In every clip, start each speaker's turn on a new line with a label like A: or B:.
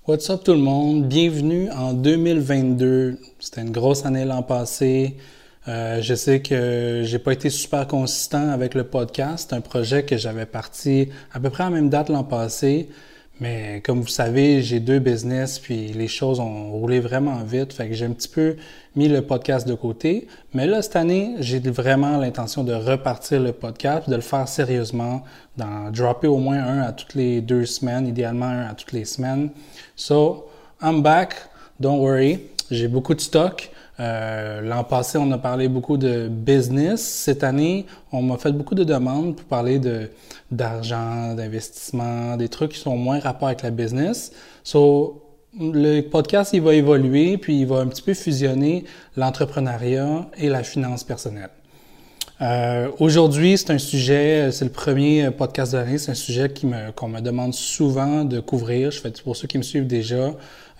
A: What's up tout le monde? Bienvenue en 2022. C'était une grosse année l'an passé. Je sais que j'ai pas été super consistant avec le podcast. C'est un projet que j'avais parti à peu près à la même date l'an passé. Mais comme vous savez, j'ai 2 business puis les choses ont roulé vraiment vite. Fait que j'ai un petit peu mis le podcast de côté. Mais là, cette année, j'ai vraiment l'intention de repartir le podcast, de le faire sérieusement, d'en dropper au moins un à toutes les 2 semaines, idéalement un à toutes les semaines. So, I'm back. Don't worry. J'ai beaucoup de stock. L'an passé, on a parlé beaucoup de business. Cette année, on m'a fait beaucoup de demandes pour parler d'argent, d'investissement, des trucs qui sont moins rapport avec la business. So, le podcast, il va évoluer, puis il va un petit peu fusionner l'entrepreneuriat et la finance personnelle. Aujourd'hui, c'est un sujet, c'est le premier podcast de l'année, c'est un sujet qu'on me demande souvent de couvrir. Pour ceux qui me suivent déjà,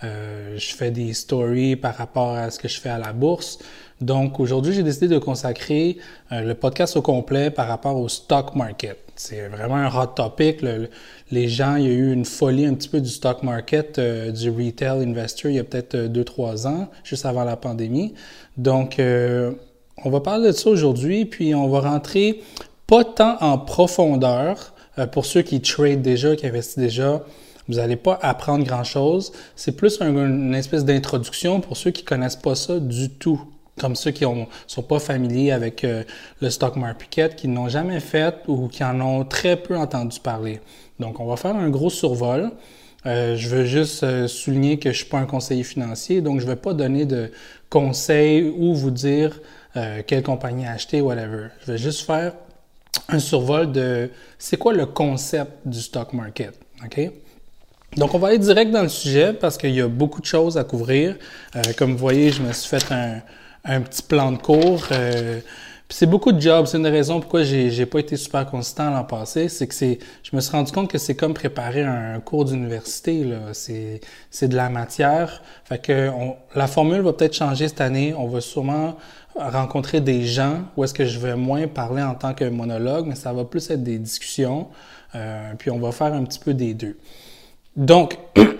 A: je fais des stories par rapport à ce que je fais à la bourse. Donc aujourd'hui, j'ai décidé de consacrer le podcast au complet par rapport au stock market. C'est vraiment un hot topic. Les gens, il y a eu une folie un petit peu du stock market, du retail investor il y a peut-être 2-3 ans, juste avant la pandémie. Donc, on va parler de ça aujourd'hui, puis on va rentrer pas tant en profondeur. Pour ceux qui tradent déjà, qui investissent déjà, vous n'allez pas apprendre grand-chose. C'est plus une espèce d'introduction pour ceux qui connaissent pas ça du tout. Comme ceux qui sont pas familiers avec le stock market, qui n'ont jamais fait ou qui en ont très peu entendu parler. Donc, on va faire un gros survol. Je veux juste souligner que je suis pas un conseiller financier, donc je vais pas donner de conseils ou vous dire quelle compagnie acheter, whatever. Je vais juste faire un survol de c'est quoi le concept du stock market, OK? Donc, on va aller direct dans le sujet parce qu'il y a beaucoup de choses à couvrir. Comme vous voyez, je me suis fait un petit plan de cours. Puis c'est beaucoup de jobs. C'est une des raisons pourquoi j'ai pas été super consistant l'an passé. C'est que je me suis rendu compte que c'est comme préparer un cours d'université, là. C'est de la matière. Fait que la formule va peut-être changer cette année. On va sûrement rencontrer des gens où est-ce que je vais moins parler en tant que monologue, mais ça va plus être des discussions. Puis on va faire un petit peu des deux. Donc,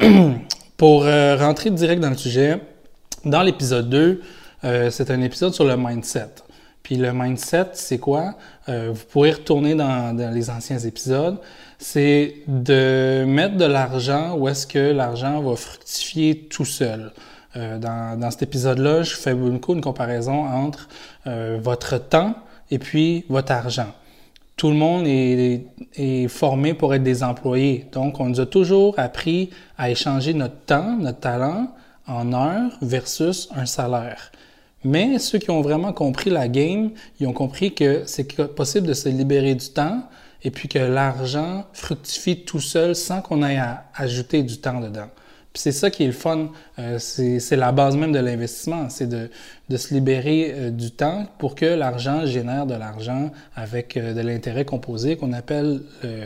A: pour rentrer direct dans le sujet, dans l'épisode 2, c'est un épisode sur le mindset. Puis le mindset, c'est quoi? Vous pourrez retourner dans les anciens épisodes. C'est de mettre de l'argent où est-ce que l'argent va fructifier tout seul. Dans cet épisode-là, je fais beaucoup une comparaison entre votre temps et puis votre argent. Tout le monde est formé pour être des employés. Donc, on nous a toujours appris à échanger notre temps, notre talent en heures versus un salaire. Mais ceux qui ont vraiment compris la game, ils ont compris que c'est possible de se libérer du temps et puis que l'argent fructifie tout seul sans qu'on ait à ajouter du temps dedans. Puis c'est ça qui est le fun, c'est la base même de l'investissement, c'est de se libérer du temps pour que l'argent génère de l'argent avec de l'intérêt composé qu'on appelle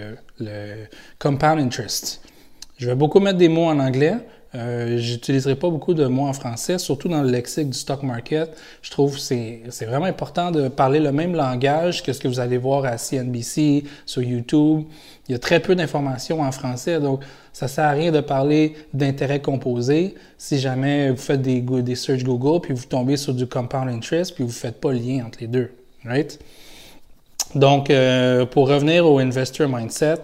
A: le compound interest. Je vais beaucoup mettre des mots en anglais. J'utiliserai pas beaucoup de mots en français, surtout dans le lexique du stock market. Je trouve que c'est vraiment important de parler le même langage que ce que vous allez voir à CNBC, sur YouTube. Il y a très peu d'informations en français, donc ça sert à rien de parler d'intérêt composé si jamais vous faites des search Google puis vous tombez sur du compound interest puis vous faites pas le lien entre les deux, right? Donc, pour revenir au investor mindset,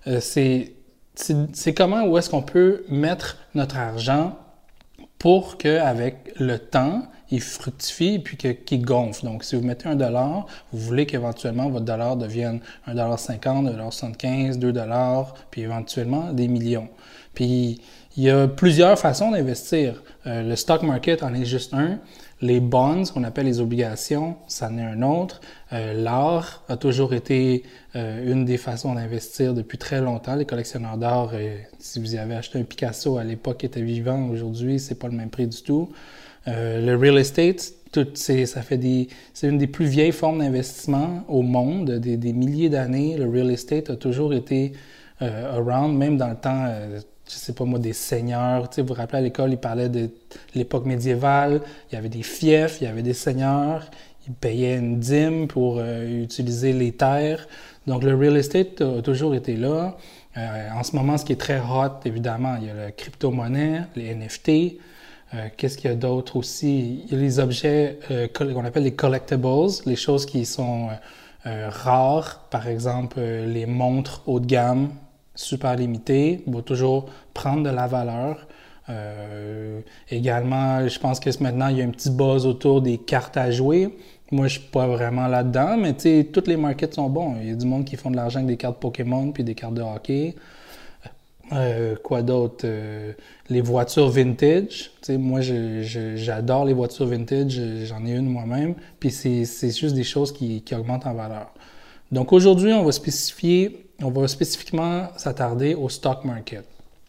A: c'est comment où est-ce qu'on peut mettre notre argent pour qu'avec le temps, il fructifie puis qu'il gonfle. Donc, si vous mettez $1, vous voulez qu'éventuellement votre dollar devienne $1,50, $1,75, $2, puis éventuellement des millions. Puis, il y a plusieurs façons d'investir. Le stock market en est juste un. Les bonds, qu'on appelle les obligations, ça en est un autre. L'art a toujours été une des façons d'investir depuis très longtemps. Les collectionneurs d'art, si vous y avez acheté un Picasso à l'époque qui était vivant, aujourd'hui, c'est pas le même prix du tout. Le real estate, c'est une des plus vieilles formes d'investissement au monde, des milliers d'années. Le real estate a toujours été around, même dans le temps, je sais pas moi, des seigneurs. Tu sais, vous vous rappelez à l'école, ils parlaient de l'époque médiévale. Il y avait des fiefs, il y avait des seigneurs. Ils payaient une dîme pour utiliser les terres. Donc, le real estate a toujours été là. En ce moment, ce qui est très hot, évidemment, il y a la crypto-monnaie, les NFT. Qu'est-ce qu'il y a d'autre aussi? Il y a les objets qu'on appelle les collectibles, les choses qui sont rares. Par exemple, les montres haut de gamme, super limitées, vont toujours prendre de la valeur. Également, je pense que maintenant, il y a un petit buzz autour des cartes à jouer. Moi, je suis pas vraiment là-dedans, mais tu sais, tous les markets sont bons. Il y a du monde qui font de l'argent avec des cartes Pokémon puis des cartes de hockey. Quoi d'autre? Les voitures vintage. Tu sais, moi, j'adore les voitures vintage. J'en ai une moi-même. Puis c'est juste des choses qui augmentent en valeur. Donc aujourd'hui, on va spécifiquement s'attarder au stock market.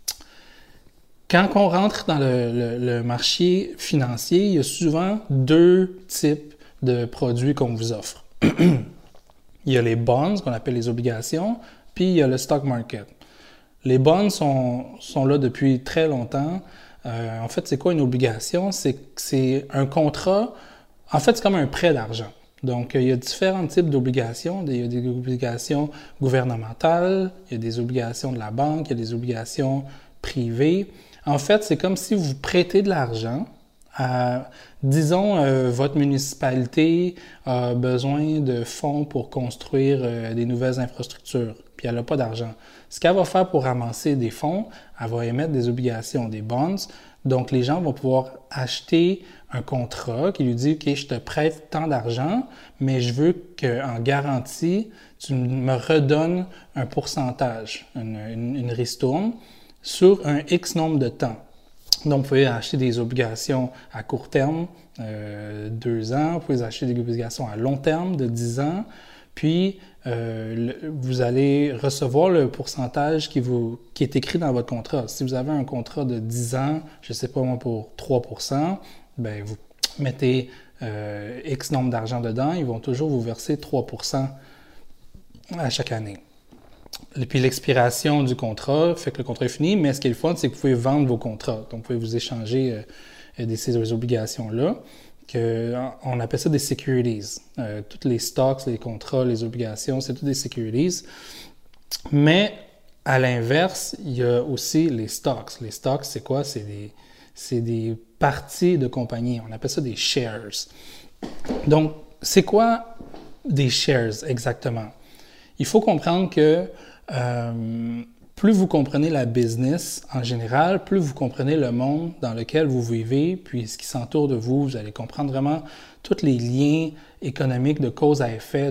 A: Quand on rentre dans le marché financier, il y a souvent deux types de produits qu'on vous offre. Il y a les bonds, qu'on appelle les obligations, puis il y a le stock market. Les bonds sont là depuis très longtemps. En fait, c'est quoi une obligation? C'est un contrat. En fait, c'est comme un prêt d'argent. Donc, il y a différents types d'obligations. Il y a des obligations gouvernementales, il y a des obligations de la banque, il y a des obligations privées. En fait, c'est comme si vous prêtez de l'argent à, disons, votre municipalité a besoin de fonds pour construire des nouvelles infrastructures, puis elle n'a pas d'argent. Ce qu'elle va faire pour ramasser des fonds, elle va émettre des obligations, des bonds. Donc, les gens vont pouvoir acheter un contrat qui lui dit « OK, je te prête tant d'argent, mais je veux qu'en garantie, tu me redonnes un pourcentage, une ristourne, sur un X nombre de temps. » Donc, vous pouvez acheter des obligations à court terme, 2 ans. Vous pouvez acheter des obligations à long terme, de 10 ans. Puis, vous allez recevoir le pourcentage qui est écrit dans votre contrat. Si vous avez un contrat de 10 ans, je ne sais pas moi, pour 3 %, bien, vous mettez X nombre d'argent dedans, ils vont toujours vous verser 3 % à chaque année. Et puis l'expiration du contrat fait que le contrat est fini, mais ce qui est le fun, c'est que vous pouvez vendre vos contrats. Donc, vous pouvez vous échanger ces obligations-là. On appelle ça des securities. Tous les stocks, les contrats, les obligations, c'est toutes des securities. Mais à l'inverse, il y a aussi les stocks. Les stocks, c'est quoi? C'est des parties de compagnie. On appelle ça des shares. Donc, c'est quoi des shares exactement? Il faut comprendre que plus vous comprenez la business en général, plus vous comprenez le monde dans lequel vous vivez, puis ce qui s'entoure de vous, vous allez comprendre vraiment tous les liens économiques de cause à effet,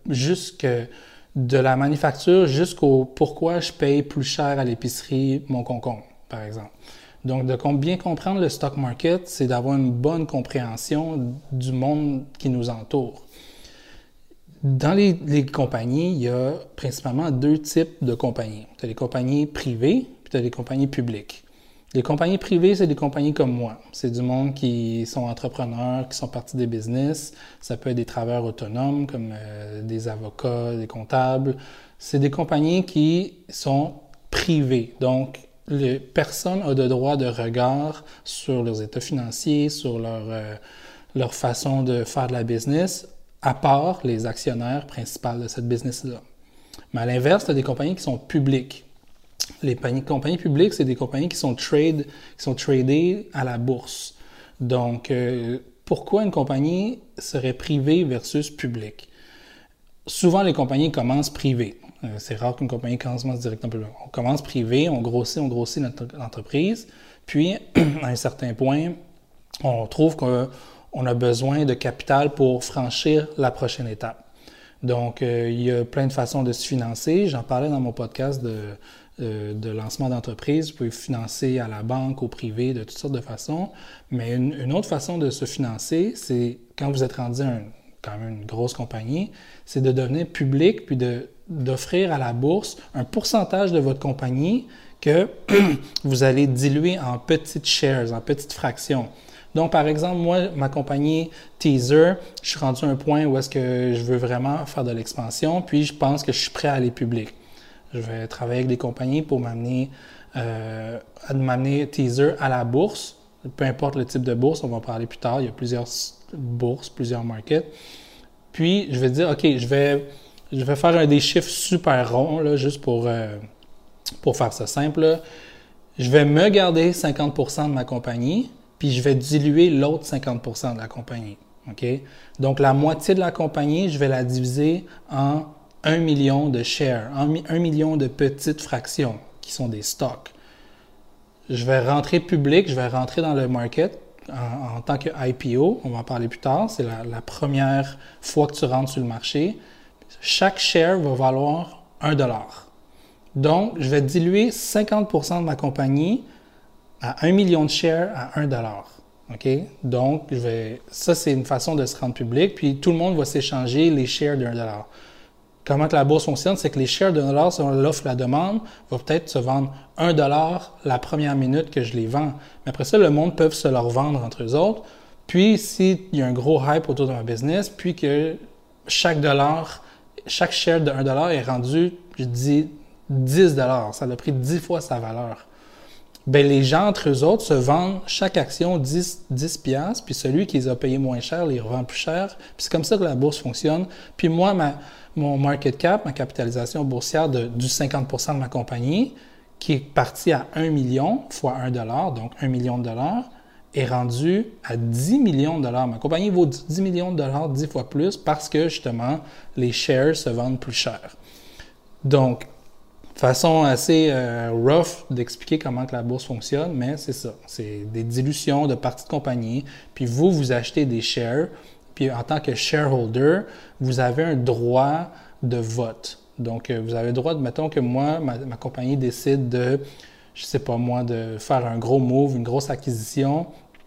A: de la manufacture jusqu'au pourquoi je paye plus cher à l'épicerie mon concombre, par exemple. Donc, de bien comprendre le stock market, c'est d'avoir une bonne compréhension du monde qui nous entoure. Dans les compagnies, il y a principalement 2 types de compagnies. Tu as les compagnies privées, puis tu as les compagnies publiques. Les compagnies privées, c'est des compagnies comme moi. C'est du monde qui sont entrepreneurs, qui sont partis des business. Ça peut être des travailleurs autonomes, comme des avocats, des comptables. C'est des compagnies qui sont privées. Donc, personne n'a de droit de regard sur leurs états financiers, sur leur façon de faire de la business, à part les actionnaires principaux de cette business-là. Mais à l'inverse, tu as des compagnies qui sont publiques. Les compagnies publiques, c'est des compagnies qui sont tradées à la bourse. Donc, pourquoi une compagnie serait privée versus publique? Souvent, les compagnies commencent privées. C'est rare qu'une compagnie commence directement publique. On commence privé, on grossit notre entreprise, puis, à un certain point, on trouve qu'on a besoin de capital pour franchir la prochaine étape. Donc, il y a plein de façons de se financer. J'en parlais dans mon podcast de lancement d'entreprise. Vous pouvez financer à la banque, au privé, de toutes sortes de façons. Mais une autre façon de se financer, c'est quand vous êtes rendu quand même une grosse compagnie, c'est de devenir public puis d'offrir à la bourse un pourcentage de votre compagnie que vous allez diluer en petites shares, en petites fractions. Donc, par exemple, moi, ma compagnie Teaser, je suis rendu à un point où est-ce que je veux vraiment faire de l'expansion, puis je pense que je suis prêt à aller public. Je vais travailler avec des compagnies pour m'amener Teaser à la bourse, peu importe le type de bourse, on va en parler plus tard, il y a plusieurs bourses, plusieurs markets. Puis, je vais dire, OK, je vais faire des chiffres super ronds, là, juste pour pour faire ça simple, je vais me garder 50% de ma compagnie, puis je vais diluer l'autre 50% de la compagnie. OK? Donc, la moitié de la compagnie, je vais la diviser en 1 million de shares, en 1 million de petites fractions qui sont des stocks. Je vais rentrer public, je vais rentrer dans le market en tant que IPO. On va en parler plus tard. C'est la première fois que tu rentres sur le marché. Chaque share va valoir $1. Donc, je vais diluer 50% de ma compagnie à 1 million de shares à $1. OK? Donc, ça, c'est une façon de se rendre public. Puis, tout le monde va s'échanger les shares de $1. Comment que la bourse fonctionne, c'est que les shares de $1, selon l'offre et la demande, va peut-être se vendre $1 la première minute que je les vends. Mais après ça, le monde peut se leur vendre entre eux autres. Puis, s'il y a un gros hype autour de ma business, puis que chaque share de $1 est rendu, je dis, $10. Ça a pris 10 fois sa valeur. Bien, les gens entre eux autres se vendent chaque action 10 piastres, puis celui qui les a payés moins cher les revend plus cher. Puis c'est comme ça que la bourse fonctionne. Puis moi, mon market cap, ma capitalisation boursière du 50% de ma compagnie, qui est partie à 1 million fois $1, donc 1 million de dollars, est rendue à 10 millions de dollars. Ma compagnie vaut 10 millions de dollars 10 fois plus parce que, justement, les shares se vendent plus cher. Donc, façon assez rough d'expliquer comment que la bourse fonctionne, mais c'est ça. C'est des dilutions de parties de compagnie. Puis vous achetez des shares. Puis en tant que shareholder, vous avez un droit de vote. Donc, vous avez le droit de, mettons que moi, ma compagnie décide de, je sais pas moi, de faire un gros move, une grosse acquisition.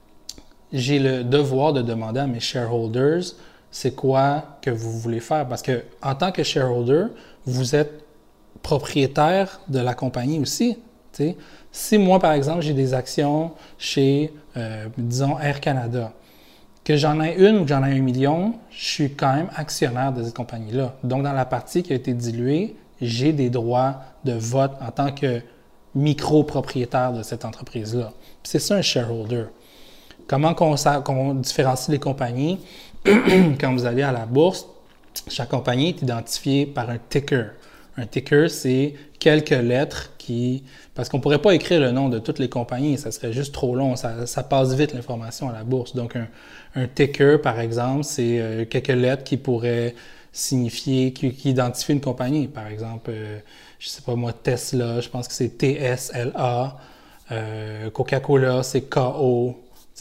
A: J'ai le devoir de demander à mes shareholders, c'est quoi que vous voulez faire? Parce que en tant que shareholder, vous êtes propriétaire de la compagnie aussi. T'sais. Si moi, par exemple, j'ai des actions chez, disons, Air Canada, que j'en ai une ou que j'en ai 1 million, je suis quand même actionnaire de cette compagnie-là. Donc, dans la partie qui a été diluée, j'ai des droits de vote en tant que micro-propriétaire de cette entreprise-là. Puis c'est ça un shareholder. Comment qu'on différencie les compagnies? Quand vous allez à la bourse, chaque compagnie est identifiée par un ticker. Un ticker, c'est quelques lettres parce qu'on ne pourrait pas écrire le nom de toutes les compagnies, ça serait juste trop long, ça passe vite l'information à la bourse. Donc, un ticker, par exemple, c'est quelques lettres qui pourraient signifier, qui identifient une compagnie. Par exemple, je ne sais pas moi, Tesla, je pense que c'est TSLA. Coca-Cola, c'est KO.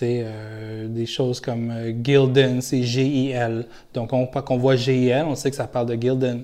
A: Des choses comme Gildan, c'est GIL. Donc, quand on voit GIL, on sait que ça parle de Gildan.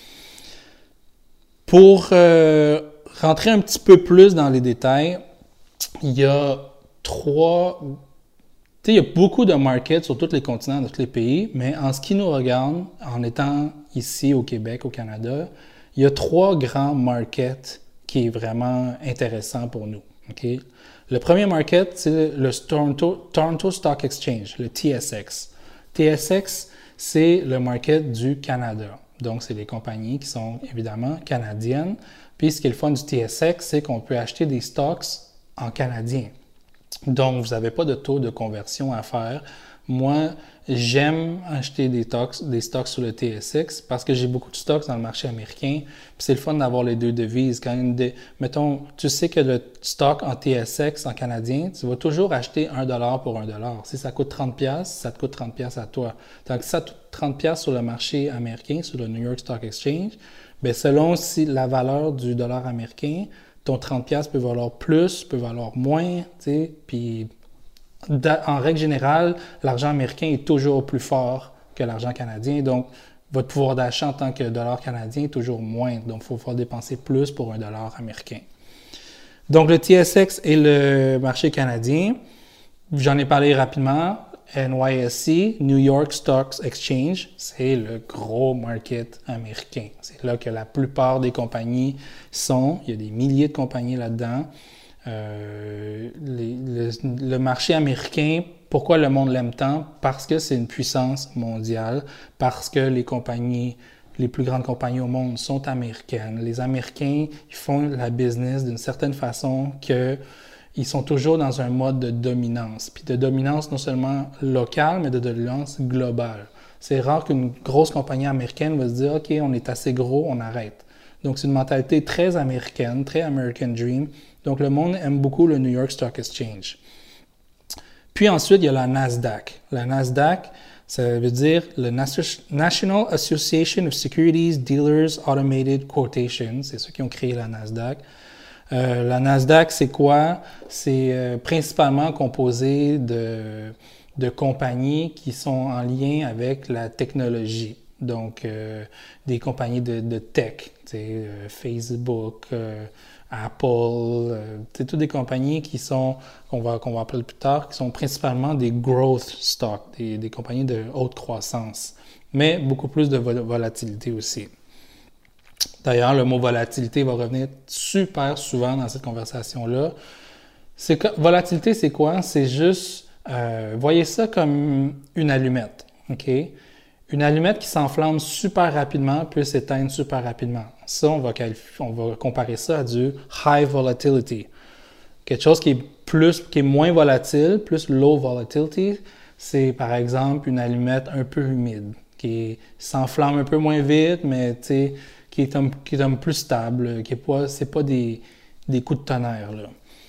A: Pour rentrer un petit peu plus dans les détails, il y a il y a beaucoup de markets sur tous les continents, dans tous les pays, mais en ce qui nous regarde, en étant ici au Québec, au Canada, il y a 3 grands markets qui est vraiment intéressant pour nous. Okay? Le premier market, c'est le Toronto Stock Exchange, le TSX. TSX, c'est le market du Canada. Donc, c'est les compagnies qui sont évidemment canadiennes. Puis, ce qui est le fun du TSX, c'est qu'on peut acheter des stocks en canadien. Donc, vous n'avez pas de taux de conversion à faire. Moi, j'aime acheter des stocks sur le TSX parce que j'ai beaucoup de stocks dans le marché américain. Puis, c'est le fun d'avoir les deux devises. Mettons, tu sais que le stock en TSX, en canadien, tu vas toujours acheter $1 pour $1. Si ça coûte 30$, ça te coûte 30$ à toi. Donc, si ça coûte 30$ sur le marché américain, sur le New York Stock Exchange, bien, selon la valeur du dollar américain, ton 30$ peut valoir plus, peut valoir moins, tu sais, puis en règle générale, l'argent américain est toujours plus fort que l'argent canadien, donc votre pouvoir d'achat en tant que dollar canadien est toujours moindre, donc il faut pouvoir dépenser plus pour $1 américain. Donc le TSX est le marché canadien, j'en ai parlé rapidement. NYSE, New York Stock Exchange, c'est le gros market américain. C'est là que la plupart des compagnies sont. Il y a des milliers de compagnies là-dedans. Le marché américain, pourquoi le monde l'aime tant? Parce que c'est une puissance mondiale, parce que les plus grandes compagnies au monde sont américaines. Les Américains, ils font la business d'une certaine façon que ils sont toujours dans un mode de dominance. Puis de dominance non seulement locale, mais de dominance globale. C'est rare qu'une grosse compagnie américaine va se dire « OK, on est assez gros, on arrête ». Donc, c'est une mentalité très américaine, très American Dream. Donc, le monde aime beaucoup le New York Stock Exchange. Puis ensuite, il y a la Nasdaq. La Nasdaq, ça veut dire le National Association of Securities Dealers Automated Quotation. C'est ceux qui ont créé la Nasdaq. La Nasdaq, c'est quoi? C'est principalement composé de compagnies qui sont en lien avec la technologie. Donc, des compagnies de tech, Facebook, Apple, c'est toutes des compagnies qu'on va appeler plus tard, qui sont principalement des growth stocks, des compagnies de haute croissance, mais beaucoup plus de volatilité aussi. D'ailleurs, le mot volatilité va revenir super souvent dans cette conversation-là. Volatilité, c'est quoi? C'est juste, voyez ça comme une allumette, OK? Une allumette qui s'enflamme super rapidement peut s'éteindre super rapidement. Ça, on va comparer ça à du high volatility. Quelque chose qui est moins volatile, plus low volatility, c'est par exemple une allumette un peu humide, qui s'enflamme un peu moins vite, mais qui est un peu plus stable, c'est pas des coups de tonnerre, là.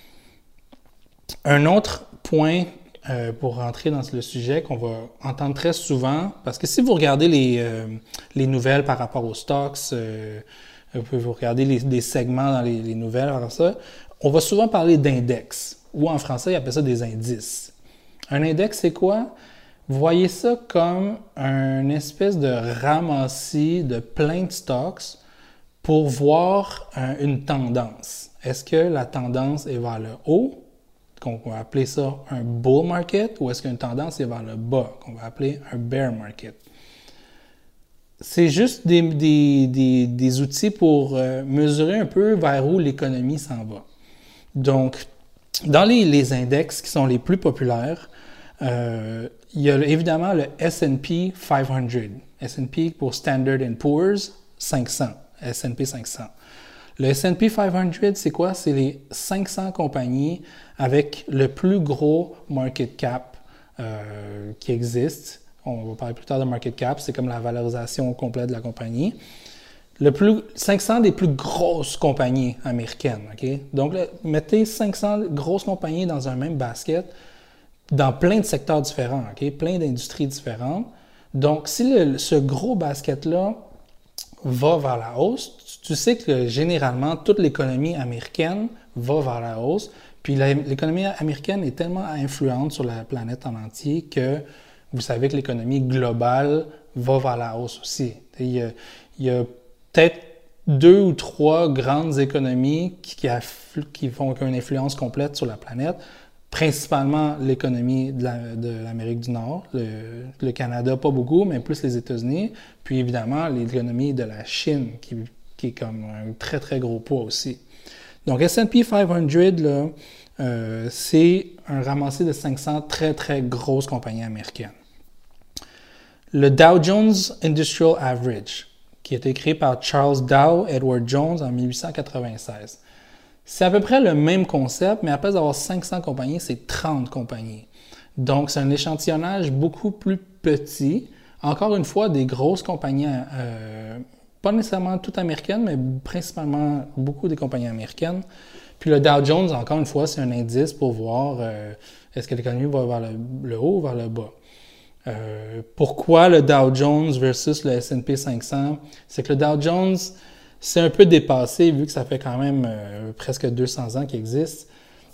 A: Un autre point pour rentrer dans le sujet qu'on va entendre très souvent, parce que si vous regardez les nouvelles par rapport aux stocks, vous regardez des segments dans les nouvelles par ça, on va souvent parler d'index, ou en français, ils appellent ça des indices. Un index, c'est quoi? Vous voyez ça comme une espèce de ramassis de plein de stocks pour voir une tendance. Est-ce que la tendance est vers le haut, qu'on va appeler ça un bull market, ou est-ce qu'une tendance est vers le bas, qu'on va appeler un bear market? C'est juste des outils pour mesurer un peu vers où l'économie s'en va. Donc, dans les index qui sont les plus populaires, il y a évidemment le S&P 500. S&P pour Standard & Poor's 500. S&P 500. Le S&P 500, c'est quoi? C'est les 500 compagnies avec le plus gros market cap qui existe. On va parler plus tard de market cap, c'est comme la valorisation complète de la compagnie. 500 des plus grosses compagnies américaines, OK? Donc, là, mettez 500 grosses compagnies dans un même basket, dans plein de secteurs différents, OK? Plein d'industries différentes. Donc, si ce gros basket-là va vers la hausse, tu sais que généralement, toute l'économie américaine va vers la hausse. Puis l'économie américaine est tellement influente sur la planète en entier que vous savez que l'économie globale va vers la hausse aussi. Il y a peut-être 2 ou 3 grandes économies qui font une influence complète sur la planète. Principalement l'économie de l'Amérique du Nord, le Canada, pas beaucoup, mais plus les États-Unis. Puis évidemment, l'économie de la Chine, qui est comme un très, très gros poids aussi. Donc, S&P 500, là, c'est un ramassé de 500 très, très grosses compagnies américaines. Le Dow Jones Industrial Average, qui a été créé par Charles Dow Edward Jones en 1896. C'est à peu près le même concept, mais à place d'avoir 500 compagnies, c'est 30 compagnies. Donc, c'est un échantillonnage beaucoup plus petit. Encore une fois, des grosses compagnies, pas nécessairement toutes américaines, mais principalement beaucoup des compagnies américaines. Puis le Dow Jones, encore une fois, c'est un indice pour voir est-ce que l'économie va vers le haut ou vers le bas. Pourquoi le Dow Jones versus le S&P 500? C'est que le Dow Jones, c'est un peu dépassé vu que ça fait quand même presque 200 ans qu'il existe.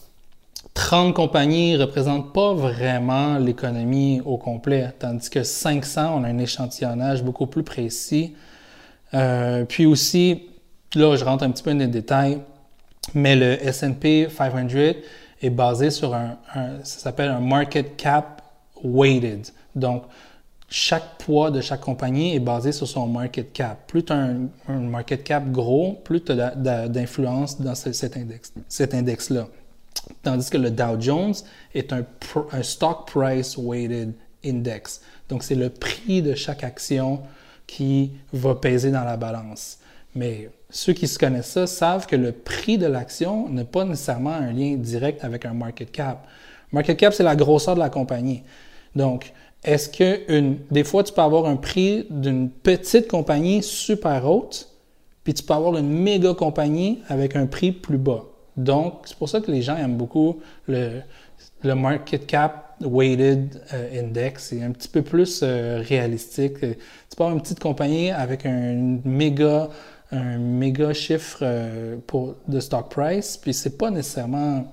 A: 30 compagnies ne représentent pas vraiment l'économie au complet, tandis que 500, on a un échantillonnage beaucoup plus précis. Puis aussi, là, je rentre un petit peu dans les détails, mais le S&P 500 est basé sur ça s'appelle un market cap weighted. Donc, chaque poids de chaque compagnie est basé sur son market cap. Plus tu as un market cap gros, plus tu as d'influence dans cet index-là. Tandis que le Dow Jones est un stock price weighted index. Donc, c'est le prix de chaque action qui va peser dans la balance. Mais ceux qui se connaissent ça savent que le prix de l'action n'a pas nécessairement un lien direct avec un market cap. Market cap, c'est la grosseur de la compagnie. Donc, est-ce que des fois, tu peux avoir un prix d'une petite compagnie super haute, puis tu peux avoir une méga compagnie avec un prix plus bas. Donc, c'est pour ça que les gens aiment beaucoup le market cap weighted index. C'est un petit peu plus réalistique. Tu peux avoir une petite compagnie avec un méga chiffre de stock price, puis c'est pas nécessairement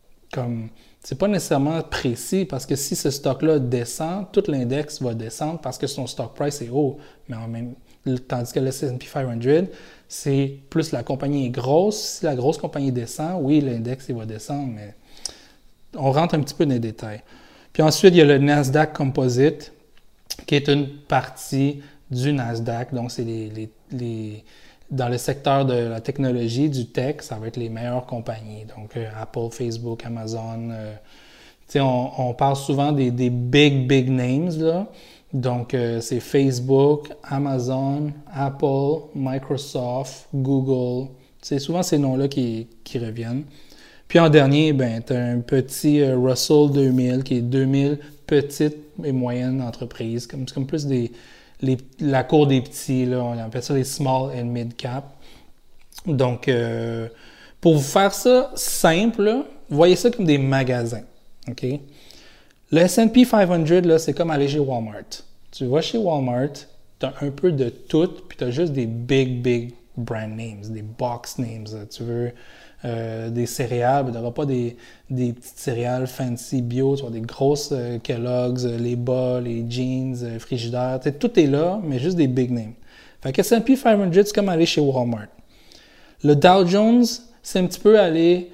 A: précis parce que si ce stock-là descend, tout l'index va descendre parce que son stock price est haut. Tandis que le S&P 500, c'est plus la compagnie est grosse. Si la grosse compagnie descend, oui, l'index il va descendre, mais on rentre un petit peu dans les détails. Puis ensuite, il y a le Nasdaq Composite, qui est une partie du Nasdaq. Donc, c'est dans le secteur de la technologie, du tech, ça va être les meilleures compagnies. Donc, Apple, Facebook, Amazon. On parle souvent des big names, là. Donc, c'est Facebook, Amazon, Apple, Microsoft, Google. C'est souvent ces noms-là qui reviennent. Puis en dernier, tu as un petit Russell 2000 qui est 2000 petites et moyennes entreprises. C'est comme plus la cour des petits, là, on appelle ça les small and mid cap. Donc, pour vous faire ça simple, là, voyez ça comme des magasins. OK? Le S&P 500, là, c'est comme aller chez Walmart. Tu vas chez Walmart, tu as un peu de tout, puis tu as juste des big brand names, des box names. Tu veux des céréales, tu n'auras pas des petites céréales fancy bio, tu vas des grosses Kellogg's, les bas, les jeans, frigidaires, tout est là, mais juste des big names. Fait que S&P 500, c'est comme aller chez Walmart. Le Dow Jones, c'est un petit peu aller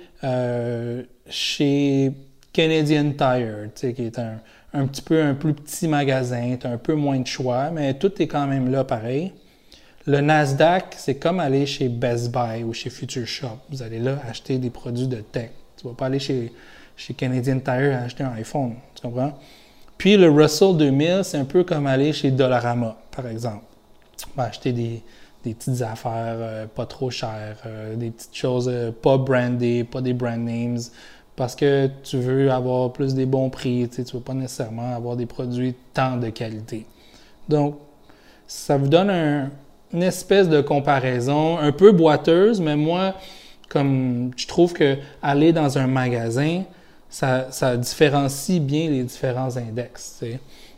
A: chez Canadian Tire, qui est un petit peu un plus petit magasin, tu as un peu moins de choix, mais tout est quand même là pareil. Le Nasdaq, c'est comme aller chez Best Buy ou chez Future Shop. Vous allez là acheter des produits de tech. Tu ne vas pas aller chez Canadian Tire acheter un iPhone, tu comprends? Puis le Russell 2000, c'est un peu comme aller chez Dollarama, par exemple. Tu vas acheter des petites affaires pas trop chères, des petites choses pas brandées, pas des brand names, parce que tu veux avoir plus des bons prix, tu ne veux pas nécessairement avoir des produits tant de qualité. Donc, ça vous donne une espèce de comparaison un peu boiteuse, mais moi, comme je trouve que aller dans un magasin, ça différencie bien les différents index. T'sais.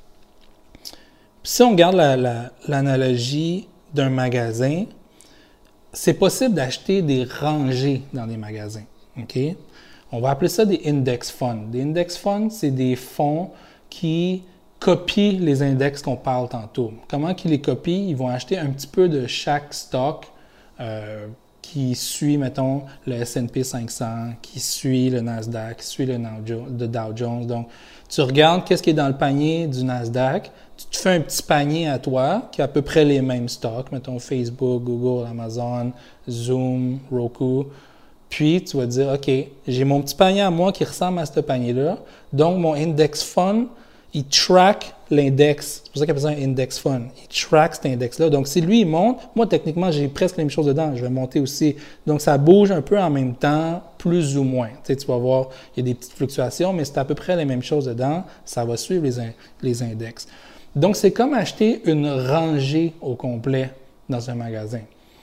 A: Si on regarde l'analogie d'un magasin, c'est possible d'acheter des rangées dans des magasins. Okay? On va appeler ça des index funds. Des index funds, c'est des fonds qui copient les index qu'on parle tantôt. Comment qu'ils les copient? Ils vont acheter un petit peu de chaque stock qui suit, mettons, le S&P 500, qui suit le Nasdaq, qui suit le Dow Jones. Donc, tu regardes qu'est-ce qui est dans le panier du Nasdaq, tu te fais un petit panier à toi qui a à peu près les mêmes stocks, mettons Facebook, Google, Amazon, Zoom, Roku. Puis, tu vas te dire, OK, j'ai mon petit panier à moi qui ressemble à ce panier-là. Donc, mon index fund, il track l'index. C'est pour ça qu'il appelle ça un index fund. Il track cet index-là. Donc, si lui, il monte, moi, techniquement, j'ai presque la même chose dedans. Je vais monter aussi. Donc, ça bouge un peu en même temps, plus ou moins. Tu sais, tu vas voir, il y a des petites fluctuations, mais c'est à peu près la même chose dedans. Ça va suivre les index. Donc, c'est comme acheter une rangée au complet dans un magasin.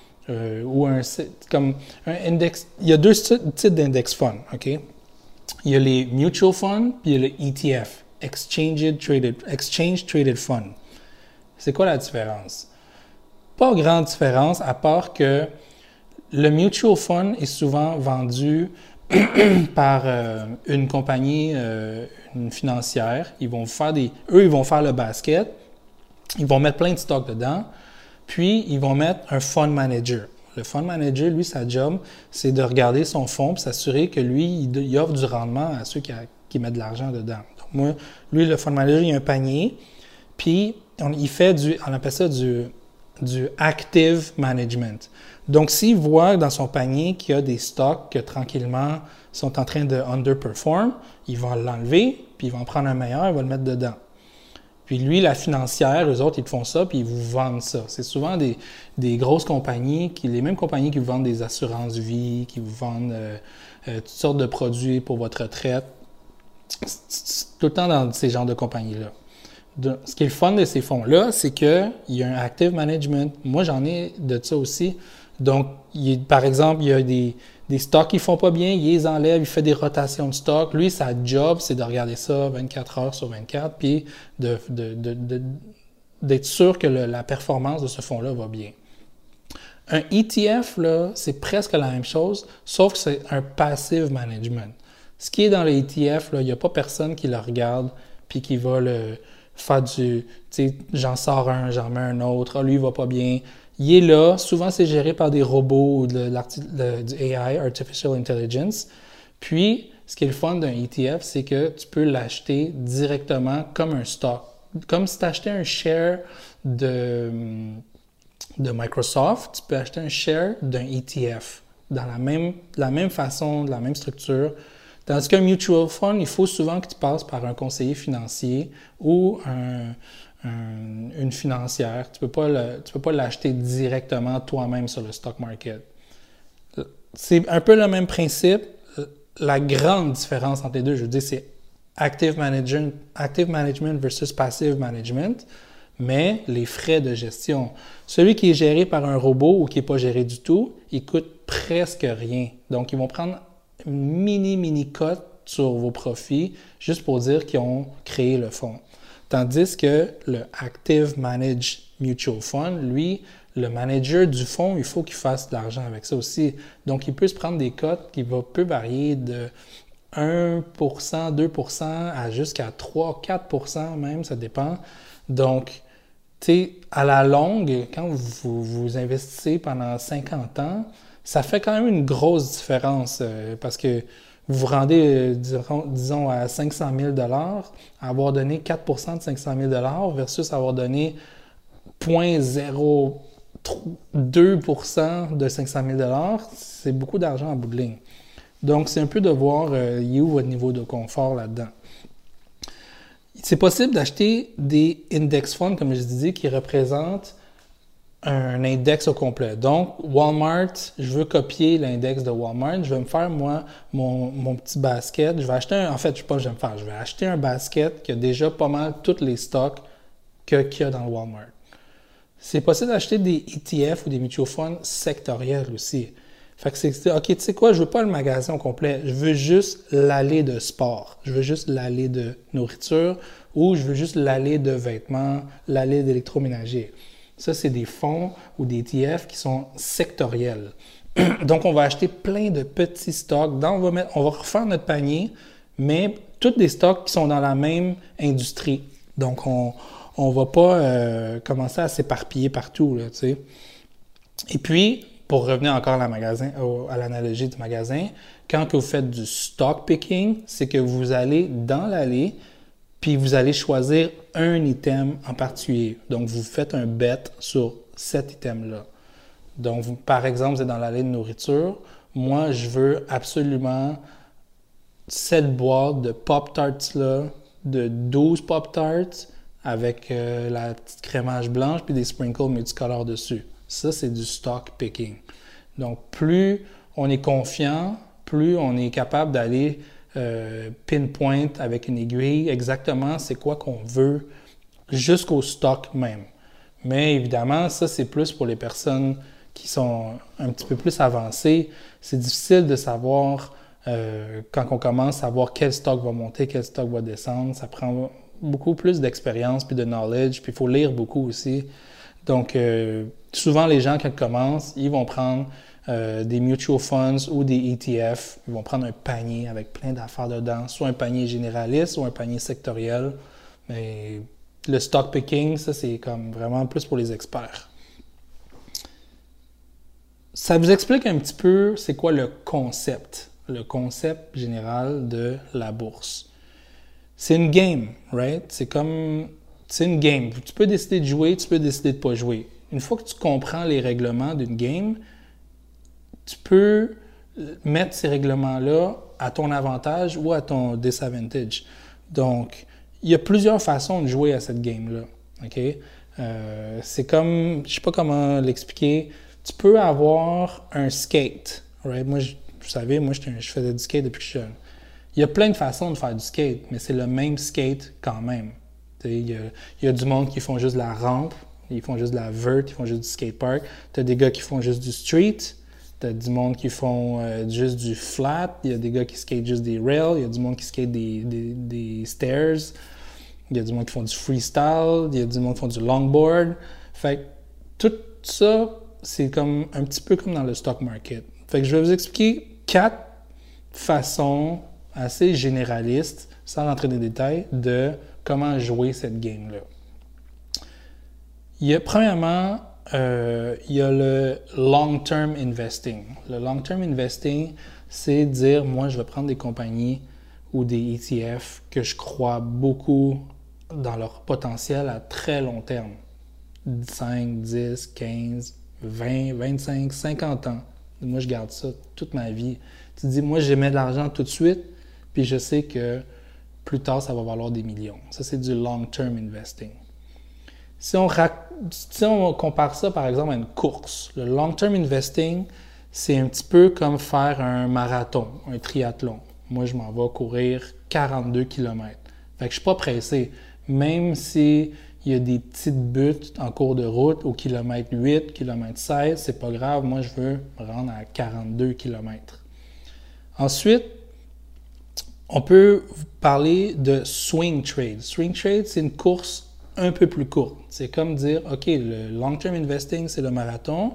A: Comme un index. Il y a deux types d'index funds, OK? Il y a les mutual funds, puis il y a le ETF, Exchange Traded Fund. C'est quoi la différence? Pas grande différence, à part que le mutual fund est souvent vendu par une compagnie, une financière. Ils vont faire le basket, ils vont mettre plein de stocks dedans. Puis, ils vont mettre un fund manager. Le fund manager, lui, sa job, c'est de regarder son fonds et s'assurer que lui, il offre du rendement à ceux qui mettent de l'argent dedans. Donc, lui, le fund manager, il a un panier, puis il fait on appelle ça du active management. Donc, s'il voit dans son panier qu'il y a des stocks que tranquillement sont en train de underperform, il va l'enlever, puis il va en prendre un meilleur, il va le mettre dedans. Puis lui, la financière, eux autres, ils font ça, puis ils vous vendent ça. C'est souvent des grosses compagnies, les mêmes compagnies qui vous vendent des assurances vie, qui vous vendent toutes sortes de produits pour votre retraite. C'est tout le temps dans ces genres de compagnies-là. Ce qui est le fun de ces fonds-là, c'est qu'il y a un active management. Moi, j'en ai de ça aussi. Donc, par exemple, il y a des stocks qui ne font pas bien, il les enlève, il fait des rotations de stocks. Lui, sa job, c'est de regarder ça 24 heures sur 24, puis d'être sûr que la performance de ce fonds-là va bien. Un ETF, là, c'est presque la même chose, sauf que c'est un passive management. Ce qui est dans le ETF, là, il n'y a pas personne qui le regarde puis qui va le faire tu sais, j'en sors un, j'en mets un autre, ah, lui, il va pas bien. Il est là, souvent c'est géré par des robots ou du AI, Artificial Intelligence. Puis, ce qui est le fun d'un ETF, c'est que tu peux l'acheter directement comme un stock. Comme si tu achetais un share de Microsoft, tu peux acheter un share d'un ETF dans la même façon, de la même structure. Tandis qu'un mutual fund, il faut souvent que tu passes par un conseiller financier ou une financière. Tu peux pas l'acheter directement toi-même sur le stock market. C'est un peu le même principe. La grande différence entre les deux, je veux dire, c'est active management versus passive management, mais les frais de gestion. Celui qui est géré par un robot ou qui n'est pas géré du tout, il coûte presque rien. Donc, ils vont prendre une mini cote sur vos profits juste pour dire qu'ils ont créé le fonds. Tandis que le Active Managed Mutual Fund, lui, le manager du fonds, il faut qu'il fasse de l'argent avec ça aussi. Donc, il peut se prendre des cotes qui peuvent varier de 1%, 2% à jusqu'à 3, 4% même, ça dépend. Donc, tu sais, à la longue, quand vous investissez pendant 50 ans, ça fait quand même une grosse différence parce que vous vous rendez, disons, à 500 000 $, avoir donné 4% de 500 000 $ versus avoir donné 0,02% de 500 000 $, c'est beaucoup d'argent en bout de ligne. Donc, c'est un peu de voir il est où votre niveau de confort là-dedans. C'est possible d'acheter des index funds, comme je disais, qui représentent un index au complet. Donc, Walmart, je veux copier l'index de Walmart. Je vais me faire, moi, mon petit basket. Je vais acheter je vais acheter un basket qui a déjà pas mal tous les stocks qu'il y a dans le Walmart. C'est possible d'acheter des ETF ou des mutual funds sectoriels aussi. Fait que c'est, OK, tu sais quoi, je veux pas le magasin au complet. Je veux juste l'allée de sport. Je veux juste l'allée de nourriture ou je veux juste l'allée de vêtements, l'allée d'électroménager. Ça, c'est des fonds ou des ETF qui sont sectoriels. Donc, on va acheter plein de petits stocks. Donc, on va refaire notre panier, mais tous des stocks qui sont dans la même industrie. Donc, on ne va pas commencer à s'éparpiller partout, là, tu sais. Et puis, pour revenir encore à l'analogie du magasin, quand que vous faites du stock picking, c'est que vous allez dans l'allée, puis vous allez choisir un item en particulier. Donc, vous faites un bet sur cet item-là. Donc, par exemple, vous êtes dans l'allée de nourriture. Moi, je veux absolument cette boîte de Pop-Tarts-là, de 12 Pop-Tarts avec la petite crémage blanche puis des sprinkles multicolores dessus. Ça, c'est du stock picking. Donc, plus on est confiant, plus on est capable d'aller pinpoint avec une aiguille exactement c'est quoi qu'on veut jusqu'au stock même. Mais évidemment, ça, c'est plus pour les personnes qui sont un petit peu plus avancées. C'est difficile de savoir quand on commence à voir quel stock va monter, quel stock va descendre. Ça prend beaucoup plus d'expérience puis de knowledge, puis il faut lire beaucoup aussi. Donc, souvent, les gens, quand ils commencent, ils vont prendre des mutual funds ou des ETF. Ils vont prendre un panier avec plein d'affaires dedans, soit un panier généraliste ou un panier sectoriel. Mais le stock picking, ça, c'est comme vraiment plus pour les experts. Ça vous explique un petit peu c'est quoi le concept général de la bourse. C'est une game, right? C'est une game. Tu peux décider de jouer, tu peux décider de ne pas jouer. Une fois que tu comprends les règlements d'une game, tu peux mettre ces règlements-là à ton avantage ou à ton disadvantage. Donc, il y a plusieurs façons de jouer à cette game-là. Okay? C'est comme, je ne sais pas comment l'expliquer, tu peux avoir un skate. Right? Moi, vous savez, je faisais du skate depuis que je suis jeune. Il y a plein de façons de faire du skate, mais c'est le même skate quand même. Il y a du monde qui font juste la rampe, ils font juste de la vert, ils font juste du skatepark. Tu as des gars qui font juste du street. Tu as du monde qui font juste du flat. Il y a des gars qui skate juste des rails. Il y a du monde qui skate des stairs. Il y a du monde qui font du freestyle. Il y a du monde qui font du longboard. Fait que tout ça, c'est comme un petit peu comme dans le stock market. Fait que je vais vous expliquer 4 façons assez généralistes, sans rentrer dans les détails, de comment jouer cette game-là. Premièrement, il y a le long-term investing. Le long-term investing, c'est dire, moi, je vais prendre des compagnies ou des ETF que je crois beaucoup dans leur potentiel à très long terme. 5, 10, 15, 20, 25, 50 ans. Moi, je garde ça toute ma vie. Tu te dis, moi, je mets de l'argent tout de suite, puis je sais que plus tard, ça va valoir des millions. Ça, c'est du long-term investing. Si on compare ça, par exemple, à une course, le long-term investing, c'est un petit peu comme faire un marathon, un triathlon. Moi, je m'en vais courir 42 km. Fait que je ne suis pas pressé. Même s'il y a des petites buttes en cours de route au kilomètre 8, kilomètre 16, c'est pas grave. Moi, je veux me rendre à 42 km. Ensuite, on peut parler de swing trade. Swing trade, c'est une course un peu plus courte. C'est comme dire, OK, le long-term investing, c'est le marathon.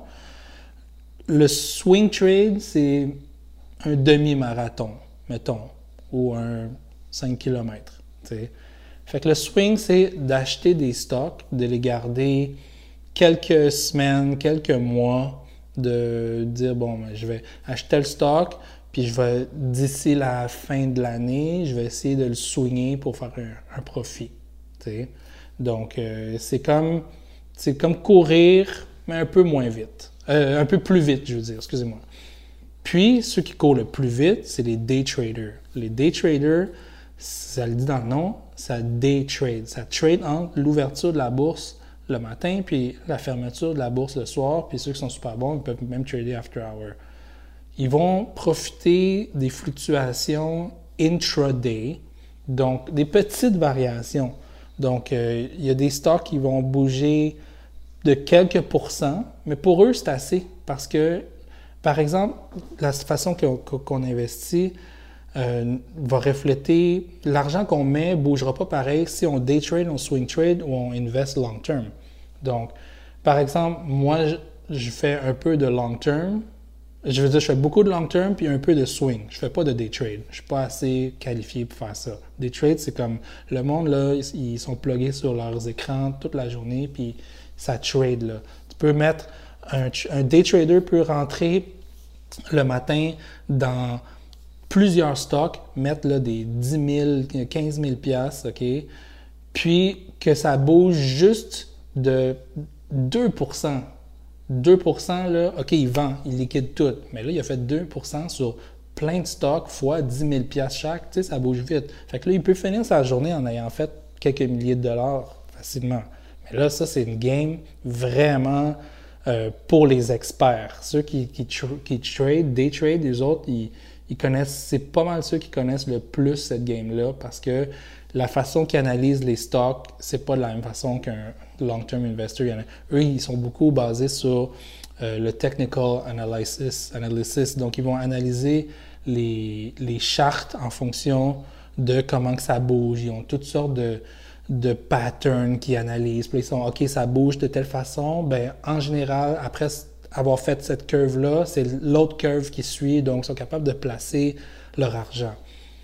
A: Le swing trade, c'est un demi-marathon, mettons, ou un 5 km. T'sais. Fait que le swing, c'est d'acheter des stocks, de les garder quelques semaines, quelques mois, de dire, bon, je vais acheter le stock, puis je vais, d'ici la fin de l'année, je vais essayer de le swinger pour faire un profit. T'sais. Donc, c'est comme courir, mais un peu moins vite. Un peu plus vite, je veux dire, excusez-moi. Puis, ceux qui courent le plus vite, c'est les day traders. Les day traders, ça le dit dans le nom, ça day trade. Ça trade entre l'ouverture de la bourse le matin, puis la fermeture de la bourse le soir. Puis ceux qui sont super bons, ils peuvent même trader after hour. Ils vont profiter des fluctuations intraday, donc des petites variations. Donc, il y a des stocks qui vont bouger de quelques pourcents, mais pour eux, c'est assez parce que, par exemple, la façon qu'on investit va refléter l'argent qu'on met ne bougera pas pareil si on day trade, on swing trade ou on invest long term. Donc, par exemple, moi, je fais un peu de long term. Je veux dire, je fais beaucoup de long term puis un peu de swing. Je fais pas de day trade. Je suis pas assez qualifié pour faire ça. Day trade, c'est comme le monde, là, ils sont plugués sur leurs écrans toute la journée puis ça trade, là. Tu peux mettre un day trader peut rentrer le matin dans plusieurs stocks, mettre là, des 10 000, 15 000 piastres, OK? Puis que ça bouge juste de 2%. 2%, là, OK, il vend, il liquide tout. Mais là, il a fait 2% sur plein de stocks fois 10 000 piastres chaque. Tu sais, ça bouge vite. Fait que là, il peut finir sa journée en ayant fait quelques milliers de dollars facilement. Mais là, ça, c'est une game vraiment pour les experts. Ceux qui trade, day trade, les autres, ils connaissent, c'est pas mal ceux qui connaissent le plus cette game-là parce que la façon qu'ils analysent les stocks, c'est pas de la même façon qu'un long-term investor. Eux, ils sont beaucoup basés sur le technical analysis. Donc, ils vont analyser les charts en fonction de comment que ça bouge. Ils ont toutes sortes de patterns qu'ils analysent. Puis ils sont, OK, ça bouge de telle façon. Bien, en général, après avoir fait cette curve-là, c'est l'autre curve qui suit. Donc, ils sont capables de placer leur argent.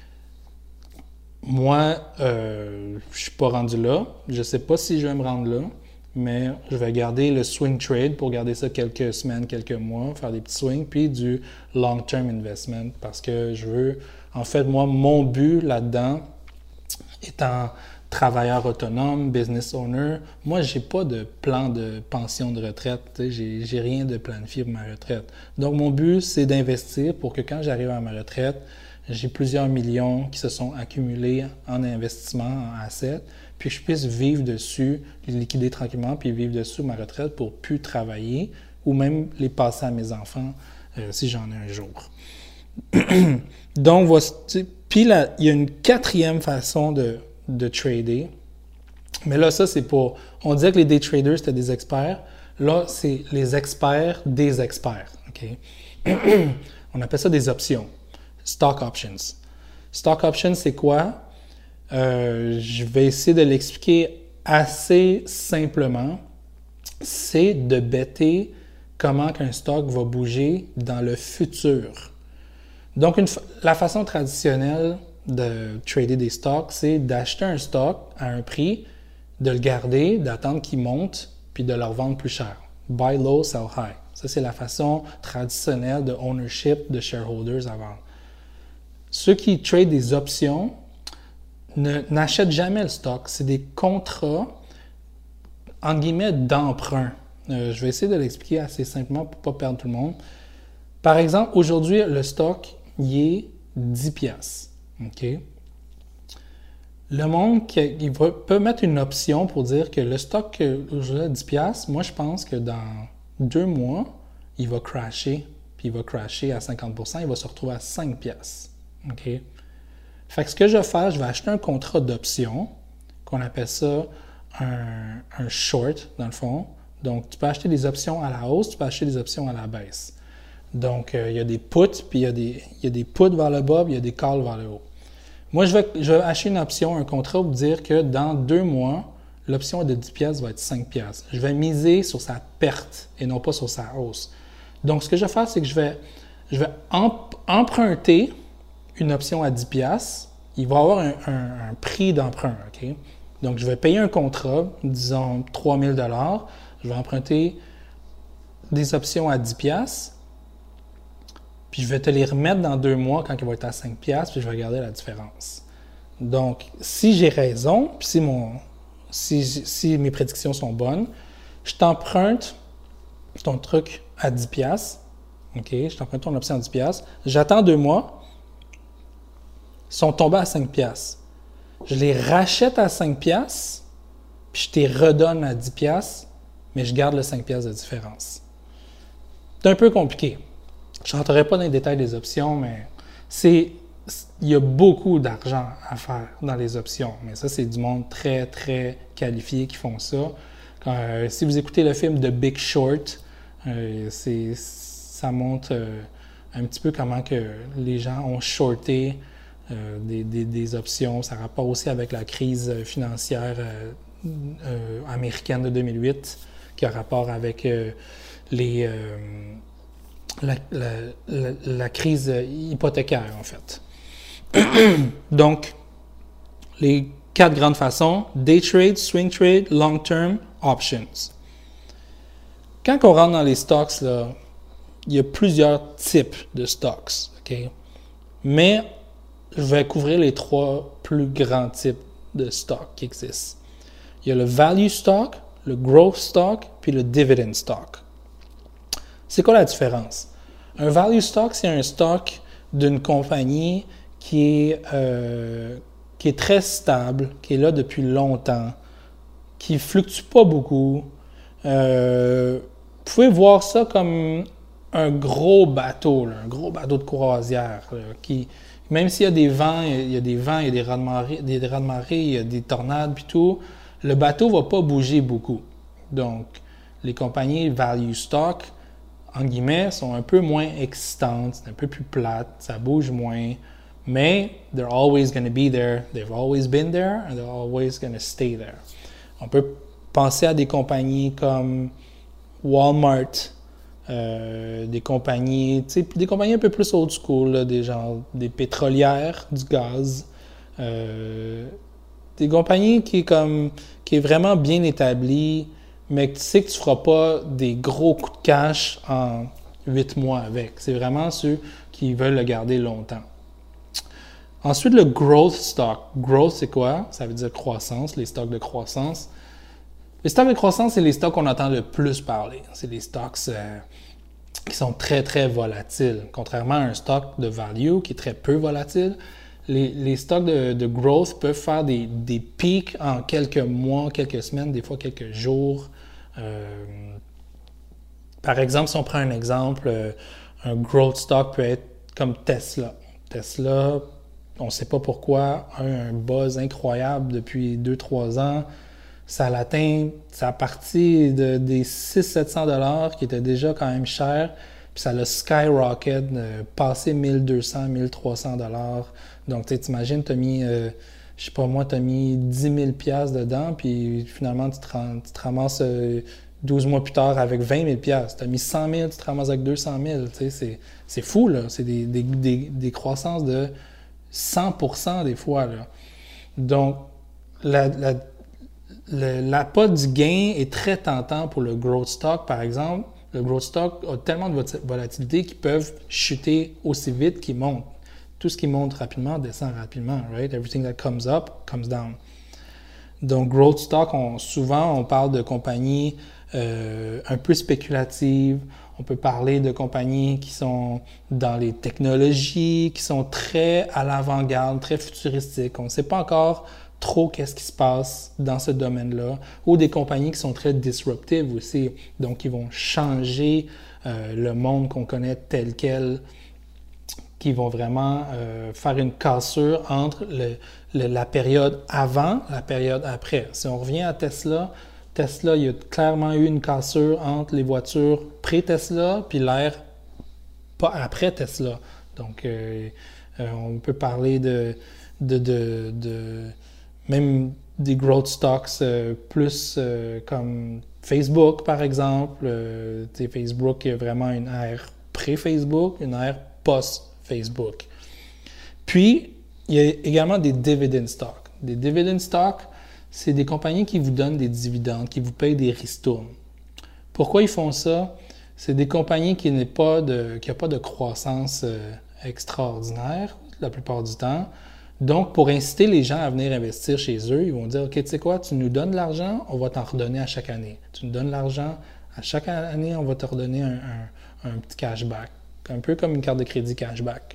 A: Moi, je suis pas rendu là. Je sais pas si je vais me rendre là, mais je vais garder le swing trade pour garder ça quelques semaines, quelques mois, faire des petits swings, puis du long-term investment parce que je veux... En fait, moi, mon but là-dedans, étant travailleur autonome, business owner, moi, j'ai pas de plan de pension de retraite. J'ai rien de planifié pour ma retraite. Donc, mon but, c'est d'investir pour que quand j'arrive à ma retraite, j'ai plusieurs millions qui se sont accumulés en investissement, en assets, puis que je puisse vivre dessus, les liquider tranquillement, puis vivre dessus ma retraite pour plus travailler ou même les passer à mes enfants si j'en ai un jour. Donc, puis là, il y a une quatrième façon de trader. Mais là, ça, c'est pour... On disait que les day traders, c'était des experts. Là, c'est les experts des experts. OK? On appelle ça des options. Stock options. Stock options, c'est quoi? Je vais essayer de l'expliquer assez simplement. C'est de better comment qu'un stock va bouger dans le futur. Donc, la façon traditionnelle de trader des stocks, c'est d'acheter un stock à un prix, de le garder, d'attendre qu'il monte, puis de le revendre plus cher. Buy low, sell high. Ça, c'est la façon traditionnelle de ownership de shareholders avant. Ceux qui tradent des options n'achètent jamais le stock. C'est des contrats, entre guillemets, d'emprunt. Je vais essayer de l'expliquer assez simplement pour ne pas perdre tout le monde. Par exemple, aujourd'hui, le stock, il est 10 piastres. OK? Le monde peut mettre une option pour dire que le stock aujourd'hui à 10 piastres, moi, je pense que dans 2 mois, il va crasher, puis il va crasher à 50%, il va se retrouver à 5 piastres. OK? Fait que ce que je vais faire, je vais acheter un contrat d'option, qu'on appelle ça un short, dans le fond. Donc, tu peux acheter des options à la hausse, tu peux acheter des options à la baisse. Donc, il y a des puts, puis il y a des puts vers le bas, puis il y a des calls vers le haut. Moi, je vais acheter une option, un contrat pour dire que dans 2 mois, l'option de 10 piastres va être 5 piastres. Je vais miser sur sa perte et non pas sur sa hausse. Donc, ce que je vais faire, c'est que je vais emprunter une option à 10 piastres. Il va y avoir un prix d'emprunt, OK? Donc, je vais payer un contrat, disons 3 000 $. Je vais emprunter des options à 10 piastres. Puis je vais te les remettre dans 2 mois quand ils vont être à 5 piastres, puis je vais regarder la différence. Donc, si j'ai raison, puis si mes prédictions sont bonnes, je t'emprunte ton truc à 10 piastres. OK? Je t'emprunte ton option à 10 piastres. J'attends 2 mois. Ils sont tombés à 5 piastres. Je les rachète à 5 piastres, puis je te les redonne à 10 piastres, mais je garde le 5 piastres de différence. C'est un peu compliqué. Je ne rentrerai pas dans les détails des options, mais il y a beaucoup d'argent à faire dans les options. Mais ça, c'est du monde très, très qualifié qui font ça. Si vous écoutez le film The Big Short, ça montre un petit peu comment que les gens ont shorté des options. Ça rapporte aussi avec la crise financière américaine de 2008, qui a rapport avec la crise hypothécaire, en fait. Donc, les 4 grandes façons: day trade, swing trade, long term, options. Quand on rentre dans les stocks, là, il y a plusieurs types de stocks. OK? Mais je vais couvrir les 3 plus grands types de stocks qui existent. Il y a le value stock, le growth stock, puis le dividend stock. C'est quoi la différence? Un value stock, c'est un stock d'une compagnie qui est très stable, qui est là depuis longtemps, qui ne fluctue pas beaucoup. Vous pouvez voir ça comme un gros bateau, là, un gros bateau de croisière, là, qui, même s'il y a des vents, il y a des raz-de-marée, il y a des tornades puis tout, le bateau ne va pas bouger beaucoup. Donc, les compagnies value stock, en guillemets, sont un peu moins excitantes, c'est un peu plus plate, ça bouge moins, mais they're always going to be there, they've always been there, and they're always going to stay there. On peut penser à des compagnies comme Walmart, des compagnies un peu plus old school, là, des pétrolières, du gaz, des compagnies qui est vraiment bien établie, mais que tu sais que tu ne feras pas des gros coups de cash en 8 mois avec. C'est vraiment ceux qui veulent le garder longtemps. Ensuite, le growth stock. Growth, c'est quoi? Ça veut dire croissance, les stocks de croissance. Les stocks de croissance, c'est les stocks qu'on entend le plus parler. C'est les stocks qui sont très, très volatiles. Contrairement à un stock de value qui est très peu volatile, les stocks de growth peuvent faire des pics en quelques mois, quelques semaines, des fois quelques jours. Par exemple, si on prend un exemple, un growth stock peut être comme Tesla. Tesla, on ne sait pas pourquoi, a un buzz incroyable depuis 2-3 ans. ça l'atteint, sa partie des 600-700$ qui était déjà quand même cher, puis ça l'a skyrocket, passé 1200-1300$. Donc, tu t'imagines, tu as mis, je sais pas moi, tu as mis 10 000$ dedans, puis finalement, tu te ramasses 12 mois plus tard avec 20 000$. Tu as mis 100 000, tu te ramasses avec 200 000. C'est fou, là. C'est des croissances de 100% des fois, là. Donc, l'appât du gain est très tentant pour le growth stock, par exemple. Le growth stock a tellement de volatilité qu'ils peuvent chuter aussi vite qu'ils montent. Tout ce qui monte rapidement descend rapidement, right? Everything that comes up comes down. Donc, growth stock, souvent, on parle de compagnies un peu spéculatives. On peut parler de compagnies qui sont dans les technologies, qui sont très à l'avant-garde, très futuristiques. On ne sait pas encore trop qu'est-ce qui se passe dans ce domaine-là, ou des compagnies qui sont très disruptives aussi, donc qui vont changer le monde qu'on connaît tel quel, qui vont vraiment faire une cassure entre la période avant, la période après. Si on revient à Tesla, il y a clairement eu une cassure entre les voitures pré-Tesla puis l'ère pas après Tesla. Donc, on peut parler de même des growth stocks plus comme Facebook, par exemple. Facebook, il y a vraiment une ère pré-Facebook, une ère post-Facebook. Puis, il y a également des dividend stocks. Des dividend stocks, c'est des compagnies qui vous donnent des dividendes, qui vous payent des ristournes. Pourquoi ils font ça? C'est des compagnies qui n'ont pas de croissance extraordinaire la plupart du temps. Donc, pour inciter les gens à venir investir chez eux, ils vont dire, OK, tu sais quoi, tu nous donnes de l'argent, on va t'en redonner à chaque année. Tu nous donnes de l'argent, à chaque année, on va te redonner un petit cashback. Un peu comme une carte de crédit cashback.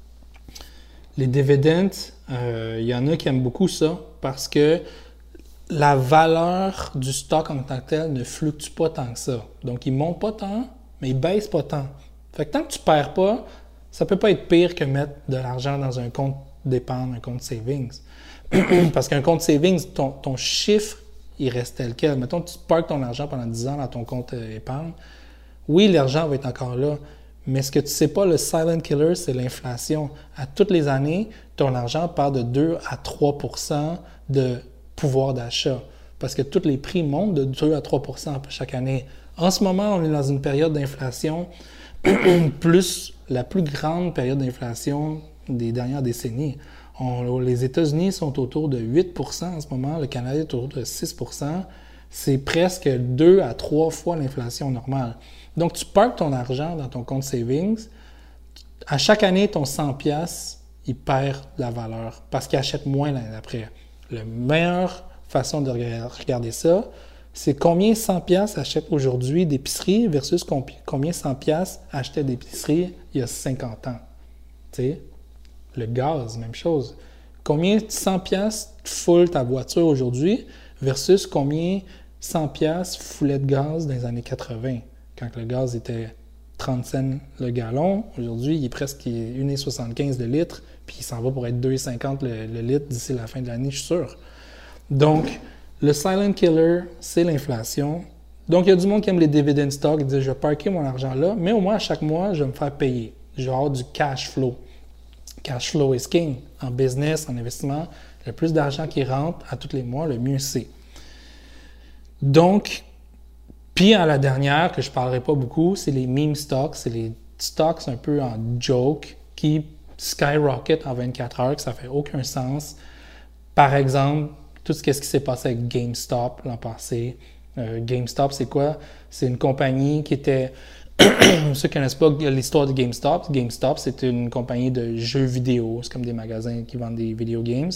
A: Les dividendes, il y en a qui aiment beaucoup ça parce que la valeur du stock en tant que tel ne fluctue pas tant que ça. Donc, il ne monte pas tant, mais il ne baisse pas tant. Fait que tant que tu ne perds pas, ça ne peut pas être pire que mettre de l'argent dans un compte d'épargne, un compte savings. Parce qu'un compte savings, ton chiffre, il reste tel quel. Mettons que tu parques ton argent pendant 10 ans dans ton compte épargne. Oui, l'argent va être encore là. Mais ce que tu ne sais pas, le silent killer, c'est l'inflation. À toutes les années, ton argent perd de 2 à 3 % de pouvoir d'achat. Parce que tous les prix montent de 2 à 3 % chaque année. En ce moment, on est dans une période d'inflation plus la plus grande période d'inflation des dernières décennies. Les États-Unis sont autour de 8 % en ce moment, le Canada est autour de 6 %. C'est presque 2 à 3 fois l'inflation normale. Donc, tu parques ton argent dans ton compte savings. À chaque année, ton 100$, il perd de la valeur parce qu'il achète moins l'année d'après. La meilleure façon de regarder ça, c'est combien 100$ achète aujourd'hui d'épicerie versus combien 100$ achetait d'épicerie il y a 50 ans. Tu sais, le gaz, même chose. Combien 100$ foule ta voiture aujourd'hui versus combien 100$ foulait de gaz dans les années 80, quand le gaz était 30 cents le gallon. Aujourd'hui, il est presque 1,75 le litre, puis il s'en va pour être 2,50 le litre d'ici la fin de l'année, je suis sûr. Donc, le silent killer, c'est l'inflation. Donc, il y a du monde qui aime les dividend stocks, qui dit « je vais parker mon argent là, mais au moins, à chaque mois, je vais me faire payer. Je vais avoir du cash flow. » Cash flow is king. En business, en investissement, le plus d'argent qui rentre à tous les mois, le mieux c'est. Donc, puis à la dernière, que je ne parlerai pas beaucoup, c'est les meme stocks. C'est les stocks un peu en joke qui skyrocket en 24 heures, que ça ne fait aucun sens. Par exemple, tout ce qui s'est passé avec GameStop l'an passé. GameStop, c'est quoi? C'est une compagnie qui était... Ceux qui ne connaissent pas l'histoire de GameStop, GameStop, c'est une compagnie de jeux vidéo. C'est comme des magasins qui vendent des video games.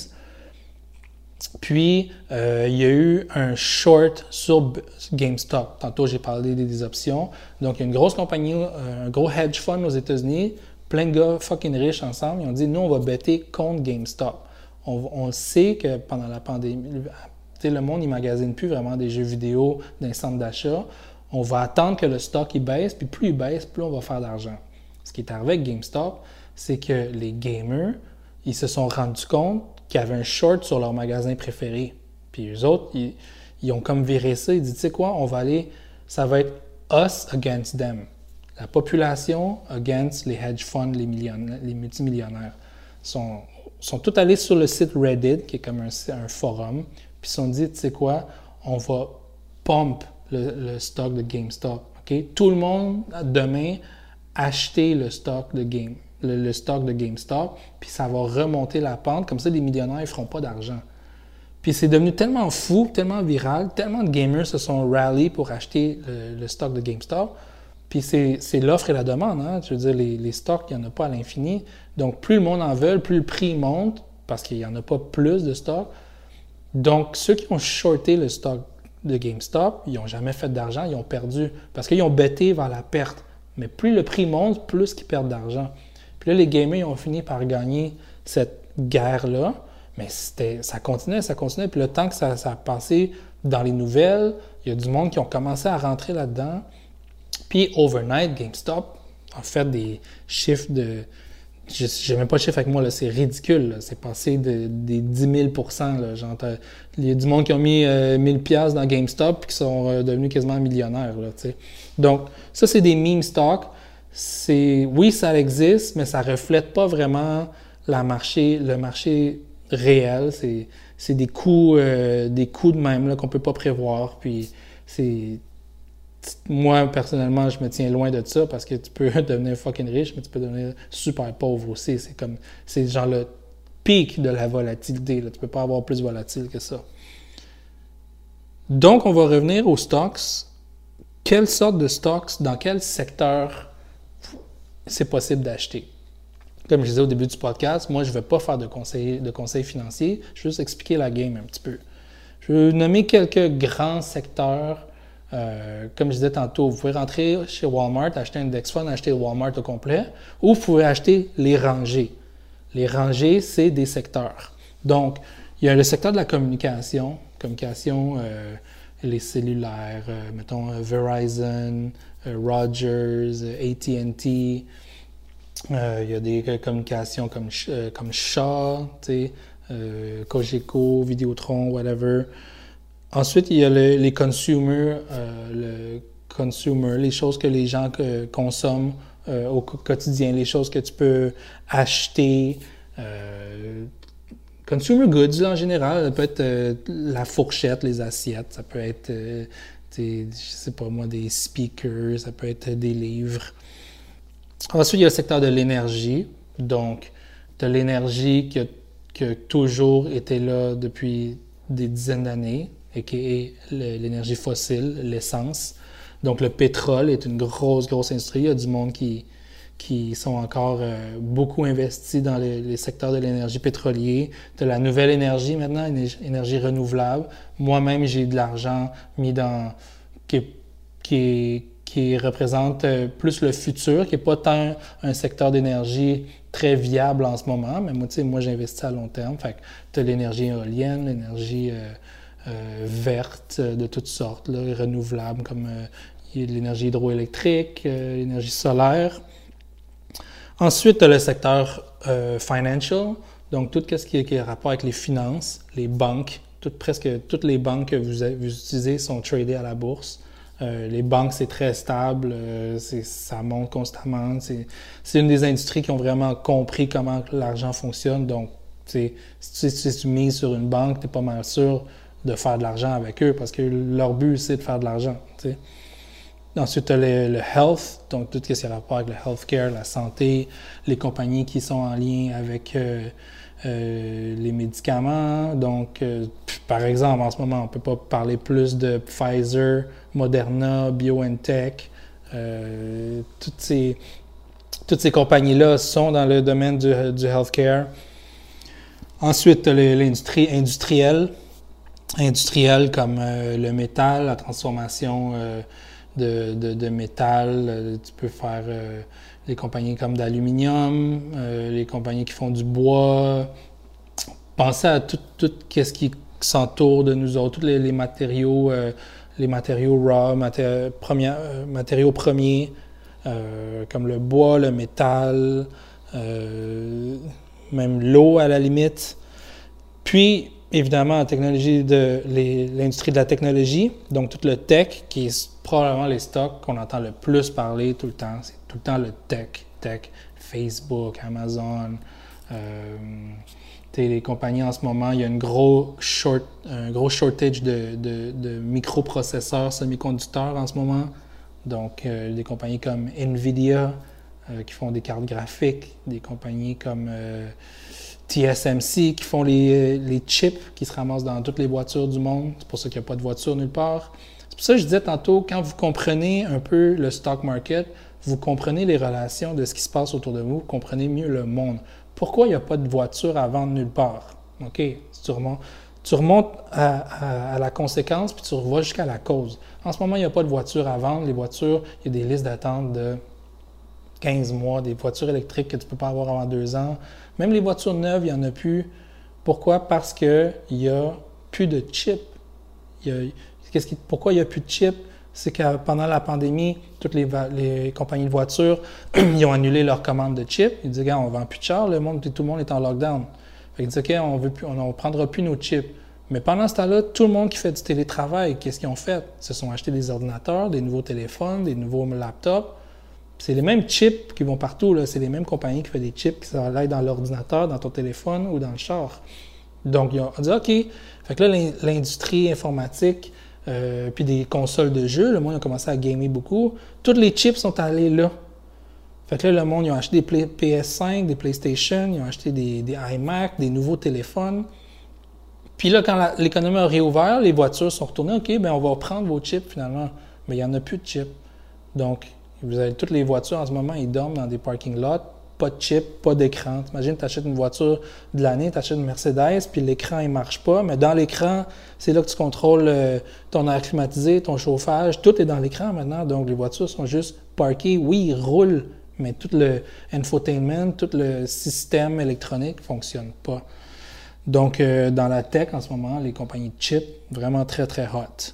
A: Puis, il y a eu un short sur GameStop. Tantôt, j'ai parlé des options. Donc, il y a une grosse compagnie, un gros hedge fund aux États-Unis, plein de gars fucking riches ensemble. Ils ont dit, nous, on va better contre GameStop. On sait que pendant la pandémie, le monde, il ne magasine plus vraiment des jeux vidéo dans les centres d'achat. On va attendre que le stock il baisse, puis plus il baisse, plus on va faire d'argent. Ce qui est arrivé avec GameStop, c'est que les gamers, ils se sont rendus compte qu'il y avait un short sur leur magasin préféré. Puis eux autres, ils ont comme viré ça. Ils disent, tu sais quoi, ça va être us against them. La population against les hedge funds, les multimillionnaires. Sont tous allés sur le site Reddit, qui est comme un forum, puis ils se sont dit, tu sais quoi, on va pump le stock de GameStop. Okay? Tout le monde, demain, acheter le stock de stock de GameStop, puis ça va remonter la pente. Comme ça, les millionnaires ne feront pas d'argent. Puis c'est devenu tellement fou, tellement viral, tellement de gamers se sont ralliés pour acheter le stock de GameStop. Puis c'est l'offre et la demande. Hein? Je veux dire, les stocks, il n'y en a pas à l'infini. Donc, plus le monde en veut, plus le prix monte, parce qu'il n'y en a pas plus de stocks. Donc, ceux qui ont shorté le stock de GameStop, ils n'ont jamais fait d'argent, ils ont perdu. Parce qu'ils ont betté vers la perte. Mais plus le prix monte, plus ils perdent d'argent. Puis là, les gamers ils ont fini par gagner cette guerre-là. Mais ça continuait. Puis le temps que ça a passé dans les nouvelles, il y a du monde qui ont commencé à rentrer là-dedans. Puis overnight, GameStop a fait des chiffres de... Je n'ai même pas de chiffre avec moi, là, c'est ridicule. Là. C'est passé des 10 000 là. Il y a du monde qui ont mis 1000 $ dans GameStop et qui sont devenus quasiment millionnaires. Là, donc, ça, c'est des meme stocks. Oui, ça existe, mais ça ne reflète pas vraiment le marché réel. C'est des coûts de même là, qu'on ne peut pas prévoir. Puis, moi, personnellement, je me tiens loin de ça parce que tu peux devenir fucking riche, mais tu peux devenir super pauvre aussi. C'est genre le pic de la volatilité. Là. Tu peux pas avoir plus volatile que ça. Donc, on va revenir aux stocks. Quelle sorte de stocks, dans quel secteur c'est possible d'acheter? Comme je disais au début du podcast, moi, je ne vais pas faire de conseils financiers. Je vais juste expliquer la game un petit peu. Je vais nommer quelques grands secteurs. Comme je disais tantôt, vous pouvez rentrer chez Walmart, acheter un index fund, acheter Walmart au complet, ou vous pouvez acheter les rangées. Les rangées, c'est des secteurs. Donc, il y a le secteur de la communication, les cellulaires, mettons Verizon, Rogers, AT&T. Il y a des communications comme Shaw, Cogeco, Vidéotron, whatever. Ensuite, il y a les consumer, les choses que les gens consomment au quotidien, les choses que tu peux acheter. Consumer goods, là, en général, ça peut être la fourchette, les assiettes, ça peut être, je sais pas moi, des speakers, ça peut être des livres. Ensuite, il y a le secteur de l'énergie. Donc, de l'énergie qui a toujours été là depuis des dizaines d'années, a.k.a. l'énergie fossile, l'essence. Donc, le pétrole est une grosse industrie. Il y a du monde qui sont encore beaucoup investis dans les secteurs de l'énergie pétrolière, de la nouvelle énergie maintenant, énergie renouvelable. Moi-même, j'ai de l'argent mis dans... qui représente plus le futur, qui n'est pas tant un secteur d'énergie très viable en ce moment, mais moi j'investis à long terme. Fait que tu as l'énergie éolienne, l'énergie verte de toutes sortes, là, renouvelable, comme l'énergie hydroélectrique, l'énergie solaire. Ensuite, tu as le secteur financial, donc tout ce qui a rapport avec les finances, les banques. Presque toutes les banques que vous utilisez sont tradées à la bourse. Les banques, c'est très stable, ça monte constamment. C'est une des industries qui ont vraiment compris comment l'argent fonctionne. Donc, si tu mises sur une banque, tu es pas mal sûr de faire de l'argent avec eux parce que leur but, c'est de faire de l'argent. T'sais. Ensuite, tu as le health, donc tout ce qui a rapport avec le healthcare, la santé, les compagnies qui sont en lien avec les médicaments. Donc, par exemple, en ce moment, on ne peut pas parler plus de Pfizer, Moderna, BioNTech. Toutes ces compagnies-là sont dans le domaine du healthcare. Ensuite, tu as l'industrie industrielle comme le métal, la transformation de métal. Tu peux faire les compagnies comme d'aluminium, les compagnies qui font du bois. Pensez à tout ce qui s'entoure de nous autres, tous les matériaux raw, matériaux premiers, comme le bois, le métal, même l'eau à la limite. Puis, évidemment, l'industrie de la technologie, donc tout le tech, qui est probablement les stocks qu'on entend le plus parler tout le temps. C'est tout le temps le tech, Facebook, Amazon. Les compagnies en ce moment, il y a un gros shortage de microprocesseurs semi-conducteurs en ce moment. Donc, des compagnies comme NVIDIA qui font des cartes graphiques, des compagnies comme TSMC qui font les chips qui se ramassent dans toutes les voitures du monde. C'est pour ça qu'il n'y a pas de voiture nulle part. C'est pour ça que je disais tantôt, quand vous comprenez un peu le stock market, vous comprenez les relations de ce qui se passe autour de vous, vous comprenez mieux le monde. Pourquoi il n'y a pas de voiture à vendre nulle part? OK, si tu remontes à la conséquence, puis tu revois jusqu'à la cause. En ce moment, il n'y a pas de voiture à vendre. Les voitures, il y a des listes d'attente de 15 mois, des voitures électriques que tu ne peux pas avoir avant 2 ans. Même les voitures neuves, il n'y en a plus. Pourquoi? Parce qu'il n'y a plus de chips. Pourquoi il n'y a plus de chips? C'est que pendant la pandémie, toutes les compagnies de voitures, ils ont annulé leurs commandes de chips. Ils disent, regarde, on ne vend plus de chars, tout le monde est en lockdown. Fait qu'ils disent, OK, on ne prendra plus nos chips. Mais pendant ce temps-là, tout le monde qui fait du télétravail, qu'est-ce qu'ils ont fait? Ils se sont achetés des ordinateurs, des nouveaux téléphones, des nouveaux laptops. C'est les mêmes chips qui vont partout, là. C'est les mêmes compagnies qui font des chips qui sont là dans l'ordinateur, dans ton téléphone ou dans le char. Donc, ils ont dit, OK. Fait que là, l'industrie informatique, puis des consoles de jeux, le monde a commencé à gamer beaucoup. Tous les chips sont allés là. Fait que là, le monde, ils ont acheté des PS5, des PlayStation, ils ont acheté des iMac, des nouveaux téléphones. Puis là, quand l'économie a réouvert, les voitures sont retournées. OK, bien, on va prendre vos chips finalement. Mais il n'y en a plus de chips. Donc, vous avez toutes les voitures en ce moment, ils dorment dans des parking lots. Pas de chip, pas d'écran. T'imagines, tu achètes une voiture de l'année, tu achètes une Mercedes, puis l'écran, il ne marche pas. Mais dans l'écran, c'est là que tu contrôles ton air climatisé, ton chauffage. Tout est dans l'écran maintenant. Donc, les voitures sont juste parquées. Oui, ils roulent, mais tout le infotainment, tout le système électronique ne fonctionne pas. Donc, dans la tech, en ce moment, les compagnies de chips, vraiment très, très hot.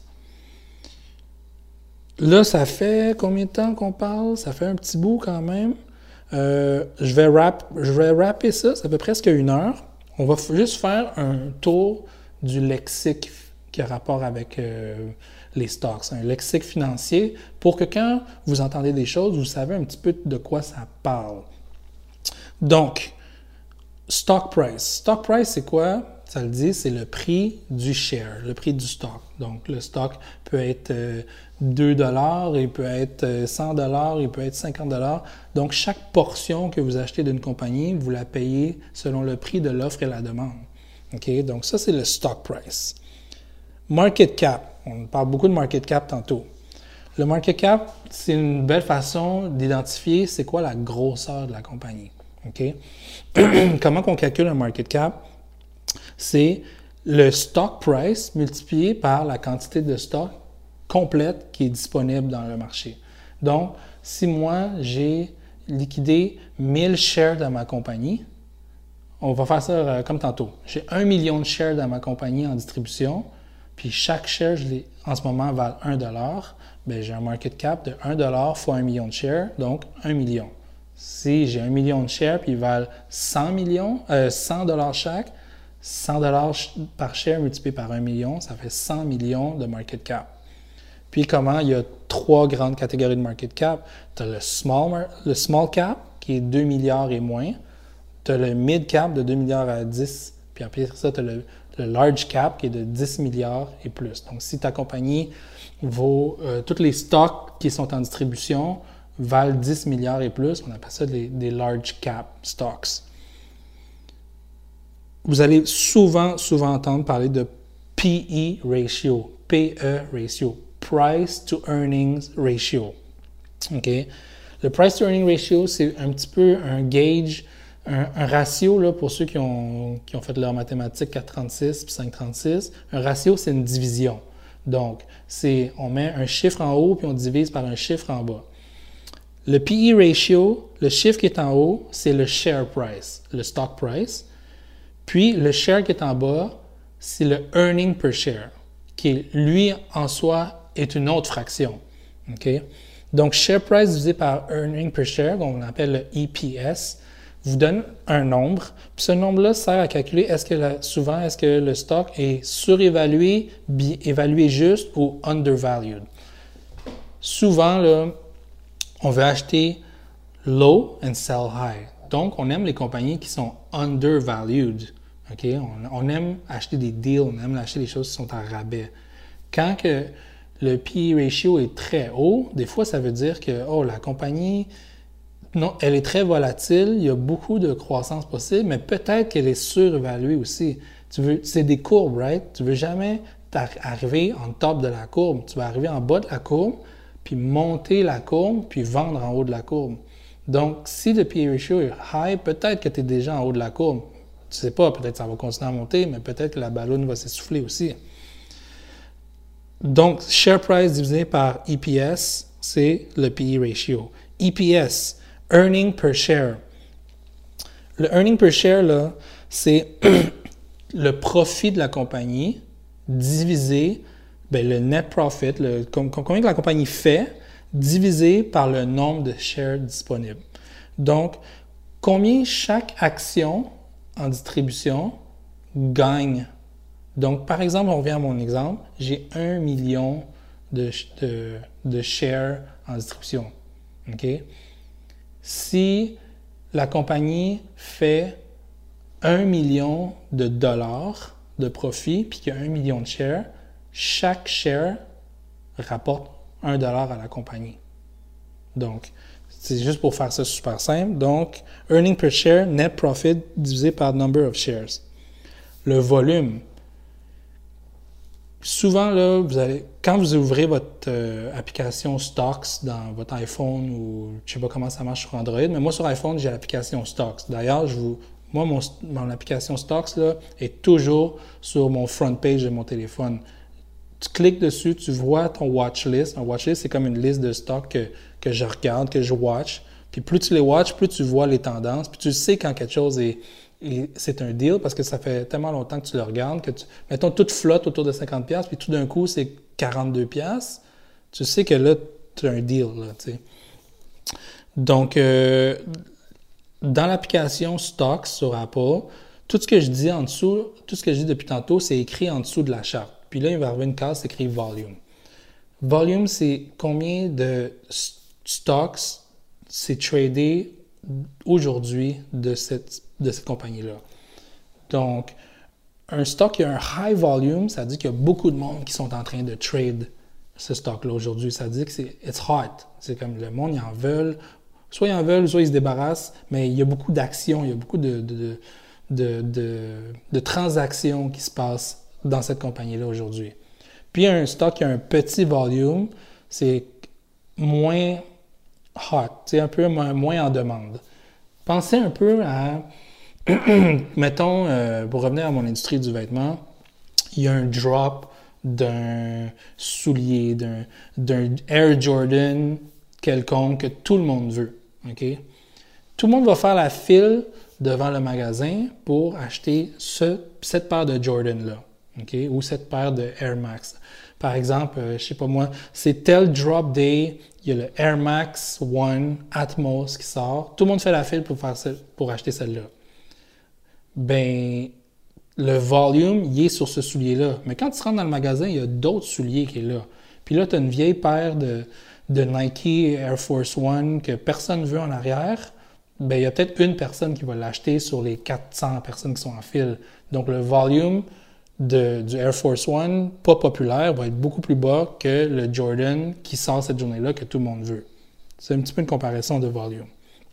A: Là, ça fait combien de temps qu'on parle? Ça fait un petit bout quand même. Je vais rapper ça, ça fait presque 1 heure. On va juste faire un tour du lexique qui a rapport avec les stocks, un lexique financier, pour que quand vous entendez des choses, vous savez un petit peu de quoi ça parle. Donc, stock price. Stock price, c'est quoi? Ça le dit, c'est le prix du share, le prix du stock. Donc, le stock peut être 2 $, il peut être 100 $, il peut être 50 $. Donc, chaque portion que vous achetez d'une compagnie, vous la payez selon le prix de l'offre et la demande. OK? Donc, ça, c'est le stock price. Market cap. On parle beaucoup de market cap tantôt. Le market cap, c'est une belle façon d'identifier c'est quoi la grosseur de la compagnie. OK? Comment on calcule un market cap? C'est le stock price multiplié par la quantité de stock complète qui est disponible dans le marché. Donc, si moi, j'ai liquidé 1000 shares dans ma compagnie, on va faire ça comme tantôt. J'ai 1 million de shares dans ma compagnie en distribution, puis chaque share, en ce moment, vale 1 $. Bien, j'ai un market cap de 1 $ fois 1 million de shares, donc 1 million. Si j'ai 1 million de shares, puis ils valent 100 $ chaque, 100 $ par share multiplié par 1 million, ça fait 100 millions de market cap. Puis comment? Il y a 3 grandes catégories de market cap. Tu as le small cap, qui est 2 milliards et moins. Tu as le mid cap de 2 milliards à 10. Puis après ça, tu as le large cap, qui est de 10 milliards et plus. Donc, si ta compagnie vaut, tous les stocks qui sont en distribution valent 10 milliards et plus, on appelle ça des large cap stocks. Vous allez souvent entendre parler de PE ratio, PE ratio, Price to Earnings Ratio. OK? Le Price to Earnings Ratio, c'est un petit peu un gauge, un ratio, là, pour ceux qui ont fait leur mathématiques 436 puis 536. Un ratio, c'est une division. Donc, on met un chiffre en haut puis on divise par un chiffre en bas. Le PE ratio, le chiffre qui est en haut, c'est le share price, le stock price. Puis, le share qui est en bas, c'est le earning per share, qui, lui, en soi, est une autre fraction. OK? Donc, share price divisé par earning per share, qu'on appelle le EPS, vous donne un nombre, puis ce nombre-là sert à calculer souvent est-ce que le stock est surévalué, évalué juste ou undervalued. Souvent, là, on veut acheter low and sell high. Donc, on aime les compagnies qui sont undervalued. Okay? On aime acheter des deals, on aime acheter des choses qui sont à rabais. Quand que le PE ratio est très haut, des fois, ça veut dire que la compagnie, non, elle est très volatile, il y a beaucoup de croissance possible, mais peut-être qu'elle est surévaluée aussi. C'est des courbes, right? Tu ne veux jamais arriver en top de la courbe. Tu vas arriver en bas de la courbe, puis monter la courbe, puis vendre en haut de la courbe. Donc, si le PE ratio est high, peut-être que tu es déjà en haut de la courbe. Tu ne sais pas, peut-être que ça va continuer à monter, mais peut-être que la ballonne va s'essouffler aussi. Donc, share price divisé par EPS, c'est le PE ratio. EPS, earning per share. Le earning per share, là, c'est le profit de la compagnie divisé, le net profit, combien que la compagnie fait, divisé par le nombre de shares disponibles. Donc, combien chaque action en distribution gagne. Donc, par exemple, on revient à mon exemple, j'ai 1 million de shares en distribution. Okay? Si la compagnie fait 1 million de dollars de profit, puis qu'il y a 1 million de shares, chaque share rapporte 1 dollar à la compagnie. Donc, c'est juste pour faire ça super simple. Donc, earning per share, net profit divisé par number of shares. Le volume. Souvent, là, quand vous ouvrez votre application Stocks dans votre iPhone ou je ne sais pas comment ça marche sur Android, mais moi sur iPhone, j'ai l'application Stocks. D'ailleurs, mon application Stocks là, est toujours sur mon front page de mon téléphone. Tu cliques dessus, tu vois ton watch list. Un watch list, c'est comme une liste de stocks que je regarde, que je watch. Puis plus tu les watches, plus tu vois les tendances. Puis tu sais quand quelque chose c'est un deal parce que ça fait tellement longtemps que tu le regardes que mettons, tout flotte autour de 50$, puis tout d'un coup, c'est 42$. Tu sais que là, tu as un deal, là, tu sais. Donc, dans l'application Stocks sur Apple, tout ce que je dis en dessous, tout ce que je dis depuis tantôt, c'est écrit en dessous de la charte. Puis là, il va arriver une case, c'est écrit Volume. Volume, c'est combien de stocks c'est tradé aujourd'hui de cette compagnie-là. Donc, un stock qui a un high volume, ça dit qu'il y a beaucoup de monde qui sont en train de trade ce stock-là aujourd'hui. Ça dit que it's hot. C'est comme le monde, ils en veulent. Soit ils en veulent, soit ils se débarrassent, mais il y a beaucoup d'actions, il y a beaucoup de transactions qui se passent dans cette compagnie-là aujourd'hui. Puis un stock qui a un petit volume, c'est moins hot, c'est un peu moins en demande. Pensez un peu à, mettons, pour revenir à mon industrie du vêtement, il y a un drop d'un soulier, d'un Air Jordan quelconque que tout le monde veut. Okay? Tout le monde va faire la file devant le magasin pour acheter cette paire de Jordan-là. Okay? Ou cette paire de Air Max. Par exemple, je sais pas moi, c'est tel drop day, il y a le Air Max One Atmos qui sort. Tout le monde fait la file pour acheter celle-là. Ben, le volume, il est sur ce soulier-là. Mais quand tu rentres dans le magasin, il y a d'autres souliers qui sont là. Puis là, tu as une vieille paire de Nike Air Force One que personne ne veut en arrière. Ben, il y a peut-être une personne qui va l'acheter sur les 400 personnes qui sont en file. Donc, le volume du Air Force One, pas populaire, va être beaucoup plus bas que le Jordan qui sort cette journée-là que tout le monde veut. C'est un petit peu une comparaison de volume.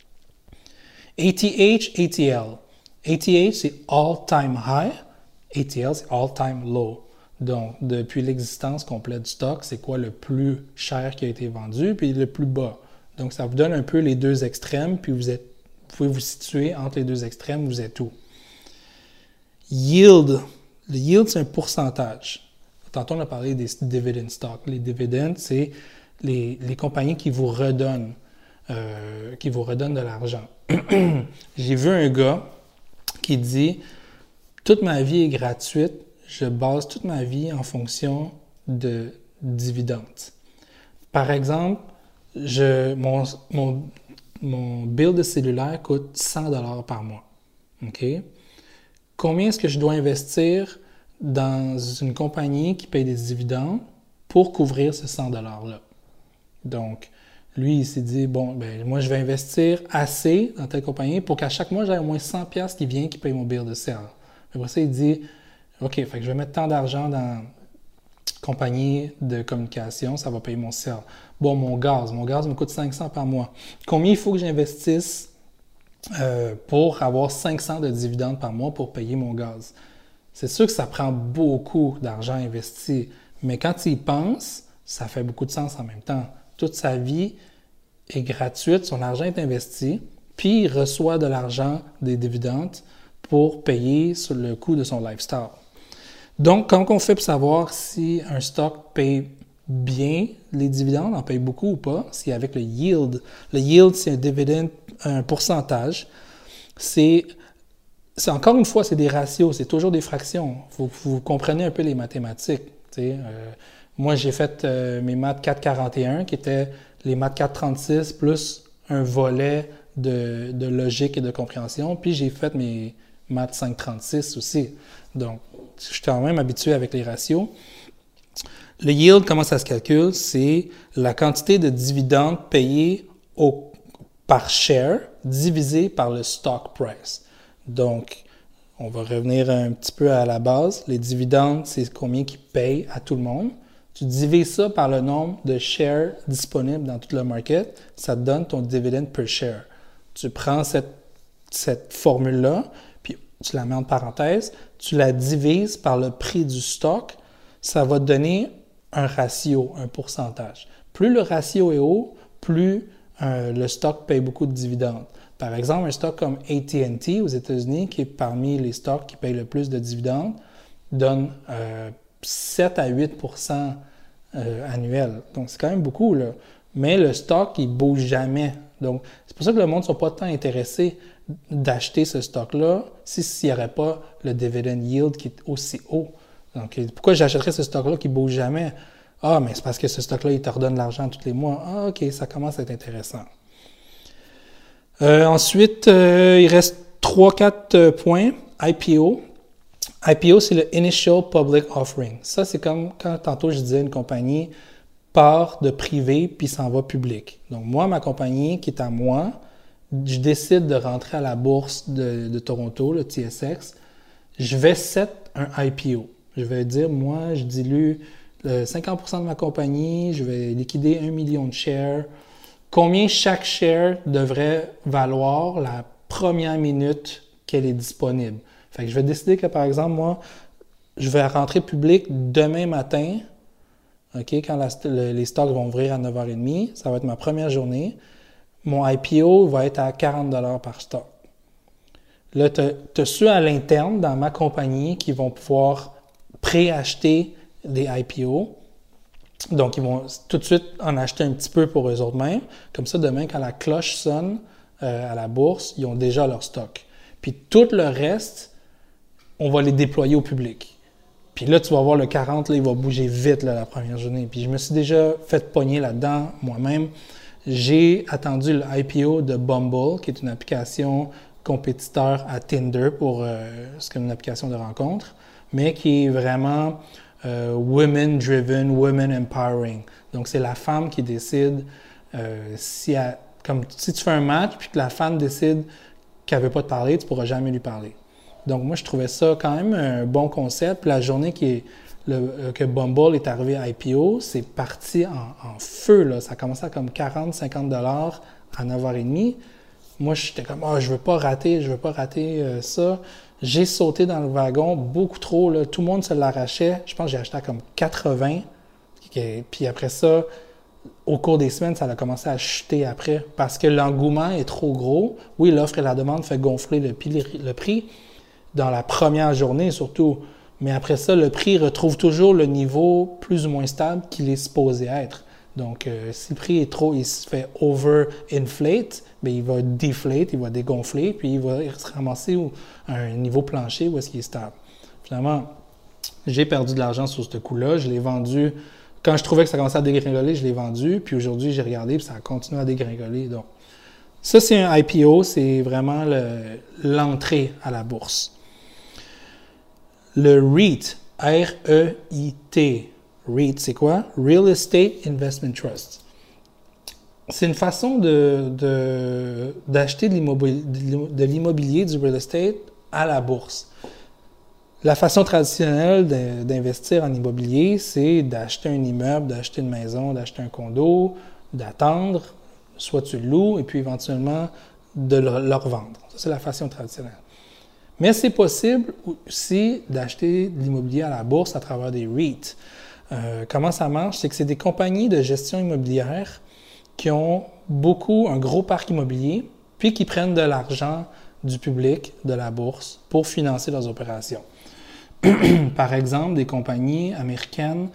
A: ATH, ATL. ATH, c'est all-time high. ATL, c'est all-time low. Donc, depuis l'existence complète du stock, c'est quoi le plus cher qui a été vendu, puis le plus bas. Donc, ça vous donne un peu les deux extrêmes, puis vous pouvez vous situer entre les deux extrêmes, vous êtes où? Yield. Le yield, c'est un pourcentage. Tantôt, on a parlé des dividend stocks. Les dividendes, c'est les compagnies qui vous redonnent de l'argent. J'ai vu un gars qui dit « Toute ma vie est gratuite, je base toute ma vie en fonction de dividendes. » Par exemple, mon bill de cellulaire coûte 100 $ par mois. OK? Combien est-ce que je dois investir dans une compagnie qui paye des dividendes pour couvrir ce 100 $ là? Donc, lui, il s'est dit, bon, ben moi, je vais investir assez dans telle compagnie pour qu'à chaque mois, j'ai au moins 100 $ qui vient qui paye mon bill de cell. Après ça, il dit, OK, fait que je vais mettre tant d'argent dans compagnie de communication, ça va payer mon cell. Bon, mon gaz me coûte 500 par mois. Combien il faut que j'investisse pour avoir 500 de dividendes par mois pour payer mon gaz? C'est sûr que ça prend beaucoup d'argent investi, mais quand tu y penses, ça fait beaucoup de sens en même temps. Toute sa vie est gratuite, son argent est investi, puis il reçoit de l'argent des dividendes pour payer sur le coût de son lifestyle. Donc, comment on fait pour savoir si un stock paye bien les dividendes, en paye beaucoup ou pas? C'est avec le yield. Le yield, c'est un dividende, un pourcentage. C'est encore une fois, c'est des ratios, c'est toujours des fractions. Vous comprenez un peu les mathématiques. Moi, j'ai fait mes maths 441, qui étaient les maths 436 plus un volet de logique et de compréhension. Puis j'ai fait mes maths 536 aussi. Donc, je suis quand même habitué avec les ratios. Le yield, comment ça se calcule? C'est la quantité de dividendes payés par share divisé par le stock price. Donc, on va revenir un petit peu à la base. Les dividendes, c'est combien qu'ils payent à tout le monde. Tu divises ça par le nombre de shares disponibles dans tout le market, ça te donne ton dividend per share. Tu prends cette formule-là, puis tu la mets en parenthèse, tu la divises par le prix du stock, ça va te donner un ratio, un pourcentage. Plus le ratio est haut, plus le stock paye beaucoup de dividendes. Par exemple, un stock comme AT&T aux États-Unis, qui est parmi les stocks qui payent le plus de dividendes, donne 7 à 8 % annuels. Donc, c'est quand même beaucoup, là. Mais le stock, il ne bouge jamais. Donc, c'est pour ça que le monde ne sont pas tant intéressés d'acheter ce stock-là s'il n'y aurait pas le dividend yield qui est aussi haut. Donc, pourquoi j'achèterais ce stock-là qui ne bouge jamais? Ah, mais c'est parce que ce stock-là, il te redonne de l'argent tous les mois. Ah, OK, ça commence à être intéressant. Ensuite, il reste 3-4 points. IPO. IPO, c'est le Initial Public Offering. Ça, c'est comme quand tantôt je disais une compagnie part de privé puis s'en va public. Donc, moi, ma compagnie qui est à moi, je décide de rentrer à la bourse de Toronto, le TSX. Je vais set un IPO. Je vais dire, moi, je dilue 50% de ma compagnie, je vais liquider 1 million de shares. Combien chaque share devrait valoir la première minute qu'elle est disponible? Fait que je vais décider que, par exemple, moi, je vais rentrer public demain matin, OK, quand les stocks vont ouvrir à 9h30, ça va être ma première journée. Mon IPO va être à 40 $ par stock. Là, tu as ceux à l'interne dans ma compagnie qui vont pouvoir préacheter des IPO. Donc, ils vont tout de suite en acheter un petit peu pour eux autres mêmes. Comme ça, demain, quand la cloche sonne à la bourse, ils ont déjà leur stock. Puis tout le reste, on va les déployer au public. Puis là, tu vas voir le 40, là, il va bouger vite là, la première journée. Puis je me suis déjà fait pogner là-dedans moi-même. J'ai attendu le IPO de Bumble, qui est une application compétiteur à Tinder pour ce qu'est une application de rencontre, mais qui est vraiment women-driven, women-empowering. Donc, c'est la femme qui décide si tu fais un match puis que la femme décide qu'elle ne veut pas te parler, tu ne pourras jamais lui parler. Donc, moi, je trouvais ça quand même un bon concept. Puis la journée que Bumble est arrivé à IPO, c'est parti en feu, là. Ça a commencé à comme 40-50 $ à 9h30. Moi, j'étais comme, je veux pas rater ça. J'ai sauté dans le wagon beaucoup trop, là. Tout le monde se l'arrachait. Je pense que j'ai acheté à comme 80. Puis après ça, au cours des semaines, ça a commencé à chuter après parce que l'engouement est trop gros. Oui, l'offre et la demande fait gonfler le prix dans la première journée surtout. Mais après ça, le prix retrouve toujours le niveau plus ou moins stable qu'il est supposé être. Donc, si le prix est trop, il se fait over-inflate, bien, il va deflate, il va dégonfler, puis il va se ramasser à un niveau plancher où est-ce qu'il est stable. Finalement, j'ai perdu de l'argent sur ce coup-là. Je l'ai vendu. Quand je trouvais que ça commençait à dégringoler, je l'ai vendu. Puis aujourd'hui, j'ai regardé, puis ça a continué à dégringoler. Donc, Ça, c'est un IPO, c'est vraiment l'entrée à la bourse. Le REIT, R-E-I-T, REIT, c'est quoi? Real Estate Investment Trust. C'est une façon d'acheter de l'immobilier, du real estate à la bourse. La façon traditionnelle d'investir en immobilier, c'est d'acheter un immeuble, d'acheter une maison, d'acheter un condo, d'attendre, soit tu le loues et puis éventuellement de le revendre. Ça, c'est la façon traditionnelle. Mais c'est possible aussi d'acheter de l'immobilier à la bourse à travers des REIT. Comment ça marche? C'est que c'est des compagnies de gestion immobilière qui ont un gros parc immobilier, puis qui prennent de l'argent du public, de la bourse, pour financer leurs opérations. Par exemple, des compagnies américaines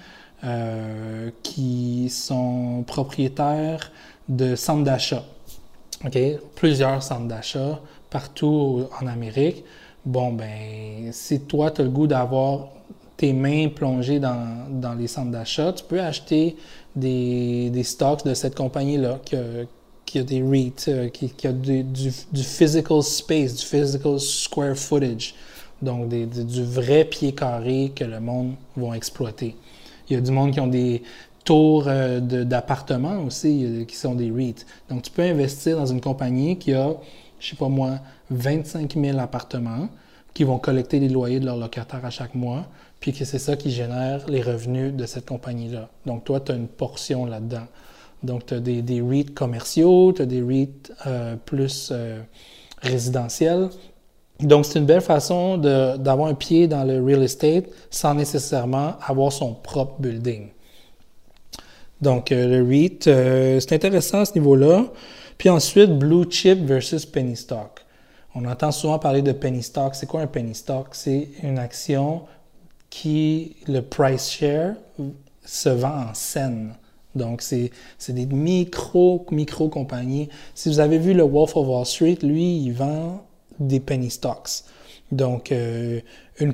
A: qui sont propriétaires de centres d'achat. Okay? Plusieurs centres d'achat partout en Amérique. Bon, ben, si toi, tu as le goût d'avoir tes mains plongées dans les centres d'achat, tu peux acheter des stocks de cette compagnie-là qui a des REIT, qui a du physical space, du physical square footage, donc du vrai pied carré que le monde va exploiter. Il y a du monde qui ont des tours d'appartements aussi, qui sont des REIT. Donc, tu peux investir dans une compagnie qui a, je sais pas moi, 25 000 appartements qui vont collecter les loyers de leurs locataires à chaque mois, puis que c'est ça qui génère les revenus de cette compagnie-là. Donc, toi, tu as une portion là-dedans. Donc, tu as des REIT commerciaux, tu as des REIT plus résidentiels. Donc, c'est une belle façon d'avoir un pied dans le real estate sans nécessairement avoir son propre building. Donc, le REIT, c'est intéressant à ce niveau-là. Puis ensuite, Blue Chip versus Penny Stock. On entend souvent parler de Penny Stock. C'est quoi un Penny Stock? C'est une action qui, le price share, se vend en cents. Donc, c'est des micro-compagnies. Si vous avez vu le Wolf of Wall Street, lui, il vend des penny stocks. Donc, une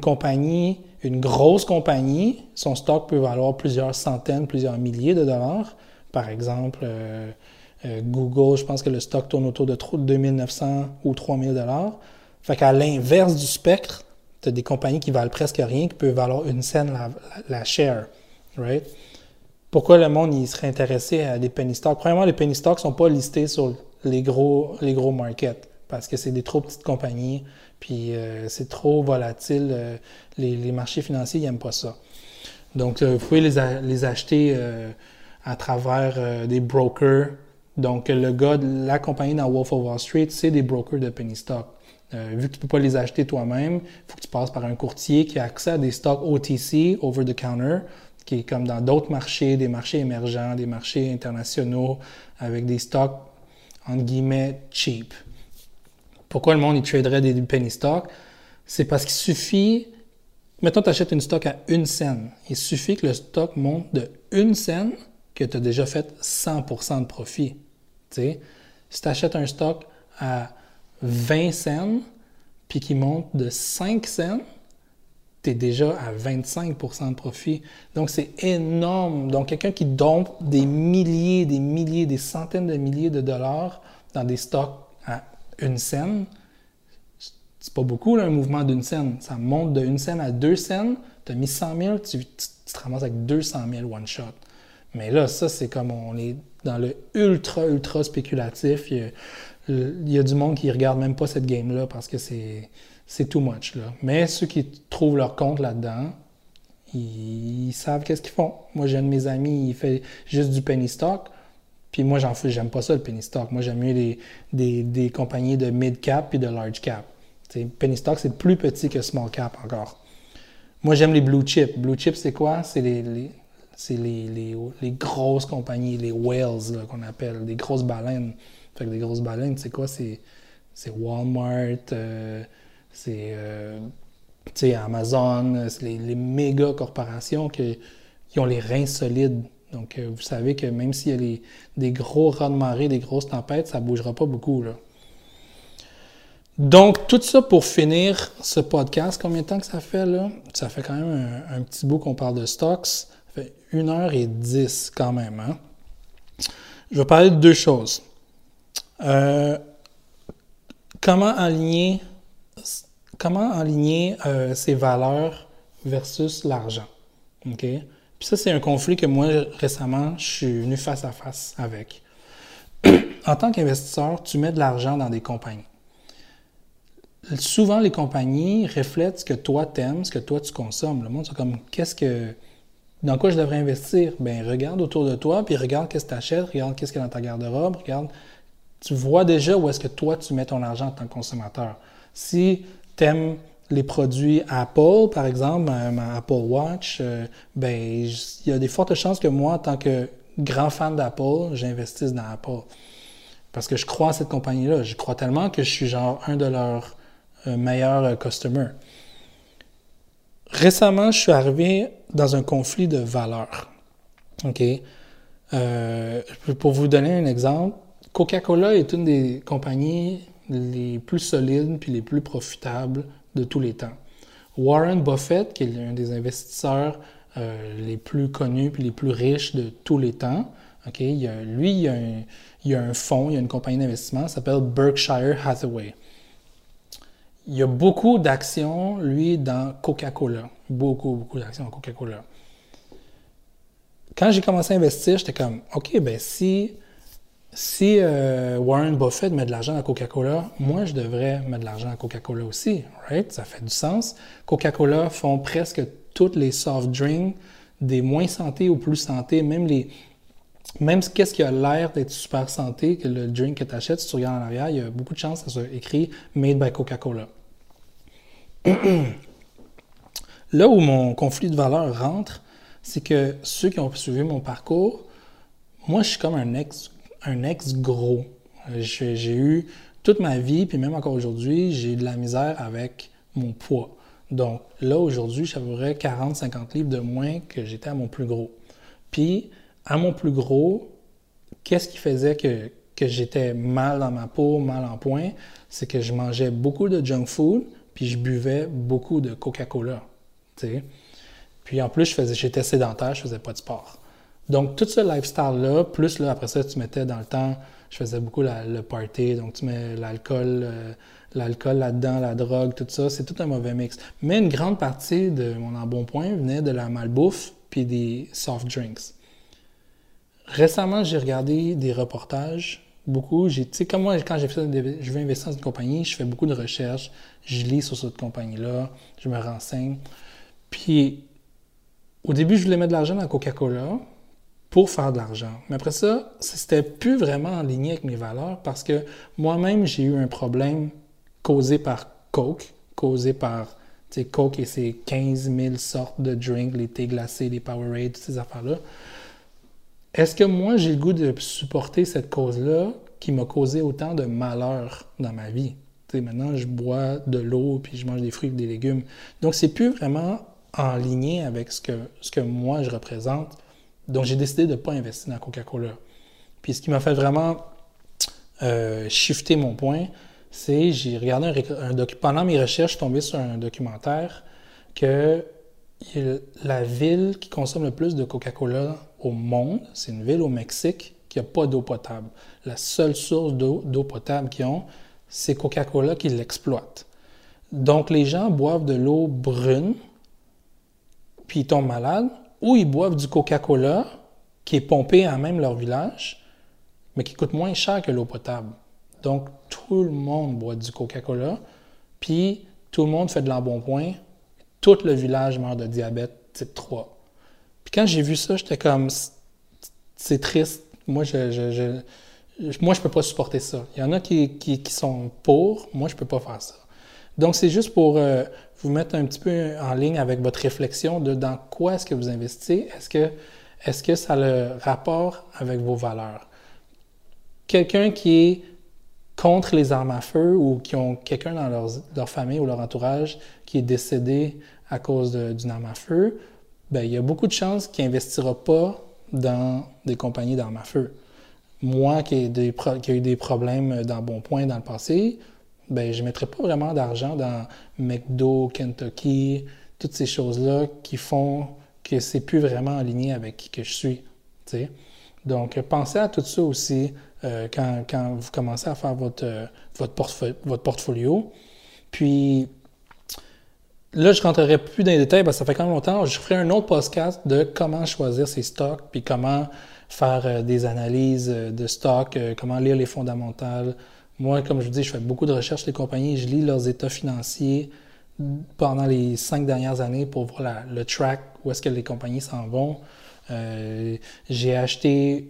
A: grosse compagnie, son stock peut valoir plusieurs centaines, plusieurs milliers de dollars. Par exemple, Google, je pense que le stock tourne autour de 2900 ou 3000 dollars. Fait qu'à l'inverse du spectre, tu as des compagnies qui valent presque rien, qui peuvent valoir une cent la share. Right? Pourquoi le monde il serait intéressé à des penny stocks? Premièrement, les penny stocks ne sont pas listés sur les gros markets parce que c'est des trop petites compagnies, puis c'est trop volatile. Les marchés financiers n'aiment pas ça. Donc, vous pouvez les acheter à travers des brokers. Donc, la compagnie dans Wolf of Wall Street, c'est des brokers de penny stock. Vu que tu ne peux pas les acheter toi-même, il faut que tu passes par un courtier qui a accès à des stocks OTC, over the counter, qui est comme dans d'autres marchés, des marchés émergents, des marchés internationaux, avec des stocks, entre guillemets, cheap. Pourquoi le monde il traderait des penny stocks? C'est parce qu'il suffit, mettons tu achètes une stock à 1 cent, il suffit que le stock monte de 1 cent que tu as déjà fait 100% de profit. T'sais? Si tu achètes un stock à 20 cents, puis qu'il monte de 5 cents, tu es déjà à 25% de profit. Donc, c'est énorme. Donc, quelqu'un qui dompe des centaines de milliers de dollars dans des stocks à 1 cent, c'est pas beaucoup, là, un mouvement d'1 cent. Ça monte de 1 cent à 2 cents, tu as mis 100 000, tu te ramasses avec 200 000 one shot. Mais là, ça, c'est comme on est dans le ultra spéculatif. Il y a du monde qui ne regarde même pas cette game-là parce que c'est too much. Là. Mais ceux qui trouvent leur compte là-dedans, ils savent qu'est-ce qu'ils font. Moi, j'ai un de mes amis, il fait juste du penny stock. Puis moi, j'aime pas ça, le penny stock. Moi, j'aime mieux des compagnies de mid cap et de large cap. T'sais, penny stock, c'est plus petit que small cap encore. Moi, j'aime les blue chips. Blue chips, c'est quoi? C'est les grosses compagnies, les whales là, qu'on appelle, des grosses baleines. Fait que des grosses baleines, c'est quoi? C'est Walmart, c'est Amazon, c'est les méga corporations qui ont les reins solides. Donc, vous savez que même s'il y a des gros raz de marée, des grosses tempêtes, ça ne bougera pas beaucoup, là. Donc, tout ça pour finir ce podcast. Combien de temps que ça fait, là? Ça fait quand même un petit bout qu'on parle de stocks. Ça fait 1h10 quand même, hein? Je vais parler de deux choses. Euh, comment aligner, ces valeurs versus l'argent? OK? Puis ça, c'est un conflit que moi, récemment, je suis venu face à face avec. En tant qu'investisseur, tu mets de l'argent dans des compagnies. Souvent, les compagnies reflètent ce que toi t'aimes, ce que toi tu consommes. Le monde, c'est comme, dans quoi je devrais investir? Ben, regarde autour de toi, puis regarde qu'est-ce que tu achètes, regarde qu'est-ce qu'il y a dans ta garde-robe, regarde. Tu vois déjà où est-ce que toi tu mets ton argent en tant que consommateur. Si tu aimes les produits Apple, par exemple, ma Apple Watch, ben, il y a des fortes chances que moi, en tant que grand fan d'Apple, j'investisse dans Apple. Parce que je crois à cette compagnie-là. Je crois tellement que je suis genre un de leurs meilleurs customers. Récemment, je suis arrivé dans un conflit de valeurs. OK? Pour vous donner un exemple, Coca-Cola est une des compagnies les plus solides puis les plus profitables de tous les temps. Warren Buffett, qui est un des investisseurs les plus connus puis les plus riches de tous les temps, OK? Il y a un fonds, il y a une compagnie d'investissement, ça s'appelle Berkshire Hathaway. Il y a beaucoup d'actions, lui, dans Coca-Cola. Beaucoup d'actions dans Coca-Cola. Quand j'ai commencé à investir, j'étais comme, OK, ben si Warren Buffett met de l'argent dans Coca-Cola, moi, je devrais mettre de l'argent dans Coca-Cola aussi, right? Ça fait du sens. Coca-Cola font presque toutes les soft drinks, des moins santé ou plus santé, même qu'est-ce qui a l'air d'être super santé, que le drink que tu achètes, si tu regardes en arrière, il y a beaucoup de chances que ça soit écrit « Made by Coca-Cola ». Là où mon conflit de valeurs rentre, c'est que ceux qui ont suivi mon parcours, moi, je suis comme un ex-gros. J'ai eu toute ma vie, puis même encore aujourd'hui, j'ai eu de la misère avec mon poids. Donc là, aujourd'hui, je suis à peu près 40-50 livres de moins que j'étais à mon plus gros. Puis, à mon plus gros, qu'est-ce qui faisait que j'étais mal dans ma peau, mal en point? C'est que je mangeais beaucoup de junk food, puis je buvais beaucoup de Coca-Cola. T'sais. Puis en plus, j'étais sédentaire, je faisais pas de sport. Donc, tout ce lifestyle-là, plus là, après ça, tu mettais dans le temps, je faisais beaucoup le party, donc tu mets l'alcool là-dedans, la drogue, tout ça, c'est tout un mauvais mix. Mais une grande partie de mon embonpoint venait de la malbouffe puis des soft drinks. Récemment, j'ai regardé des reportages, beaucoup. Tu sais, comme moi, quand je veux investir dans une compagnie, je fais beaucoup de recherches, je lis sur cette compagnie-là, je me renseigne. Puis, au début, je voulais mettre de l'argent dans Coca-Cola pour faire de l'argent. Mais après ça, c'était plus vraiment en ligne avec mes valeurs parce que moi-même, j'ai eu un problème causé par Coke, causé par Coke et ses 15 000 sortes de drinks, les thés glacés, les Powerade, toutes ces affaires-là. Est-ce que moi, j'ai le goût de supporter cette cause-là qui m'a causé autant de malheur dans ma vie? T'sais, maintenant, je bois de l'eau puis je mange des fruits et des légumes. Donc, c'est plus vraiment en ligne avec ce que moi, je représente. Donc, j'ai décidé de ne pas investir dans Coca-Cola. Puis, ce qui m'a fait vraiment shifter mon point, c'est j'ai regardé pendant mes recherches, je suis tombé sur un documentaire que la ville qui consomme le plus de Coca-Cola au monde, c'est une ville au Mexique qui n'a pas d'eau potable. La seule source d'eau potable qu'ils ont, c'est Coca-Cola qui l'exploite. Donc, les gens boivent de l'eau brune, puis ils tombent malades, ou ils boivent du Coca-Cola qui est pompé à même leur village, mais qui coûte moins cher que l'eau potable. Donc, tout le monde boit du Coca-Cola, puis tout le monde fait de l'embonpoint. Tout le village meurt de diabète type 3. Puis quand j'ai vu ça, j'étais comme, c'est triste. Moi, je peux pas supporter ça. Il y en a qui sont pour, moi, je peux pas faire ça. Donc, c'est juste pour vous mettre un petit peu en ligne avec votre réflexion de dans quoi est-ce que vous investissez. Est-ce que ça a le rapport avec vos valeurs? Quelqu'un qui est contre les armes à feu ou qui ont quelqu'un dans leur famille ou leur entourage qui est décédé à cause d'une arme à feu, bien, il y a beaucoup de chances qu'il n'investira pas dans des compagnies d'armes à feu. Moi, qui ai eu des problèmes d'embonpoint dans le passé, bien, je ne mettrai pas vraiment d'argent dans McDo, Kentucky, toutes ces choses-là qui font que c'est plus vraiment aligné avec qui que je suis. T'sais. Donc, pensez à tout ça aussi quand vous commencez à faire votre portfolio. Puis, là, je ne rentrerai plus dans les détails parce que ça fait quand même longtemps. Je ferai un autre podcast de comment choisir ses stocks, puis comment faire des analyses de stocks, comment lire les fondamentales. Moi, comme je vous dis, je fais beaucoup de recherches sur les compagnies, je lis leurs états financiers pendant les 5 dernières années pour voir le track, où est-ce que les compagnies s'en vont. J'ai acheté,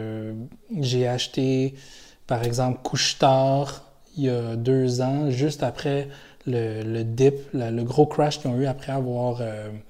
A: par exemple, Couche-Tard il y a 2 ans, juste après le dip, le gros crash qu'ils ont eu après avoir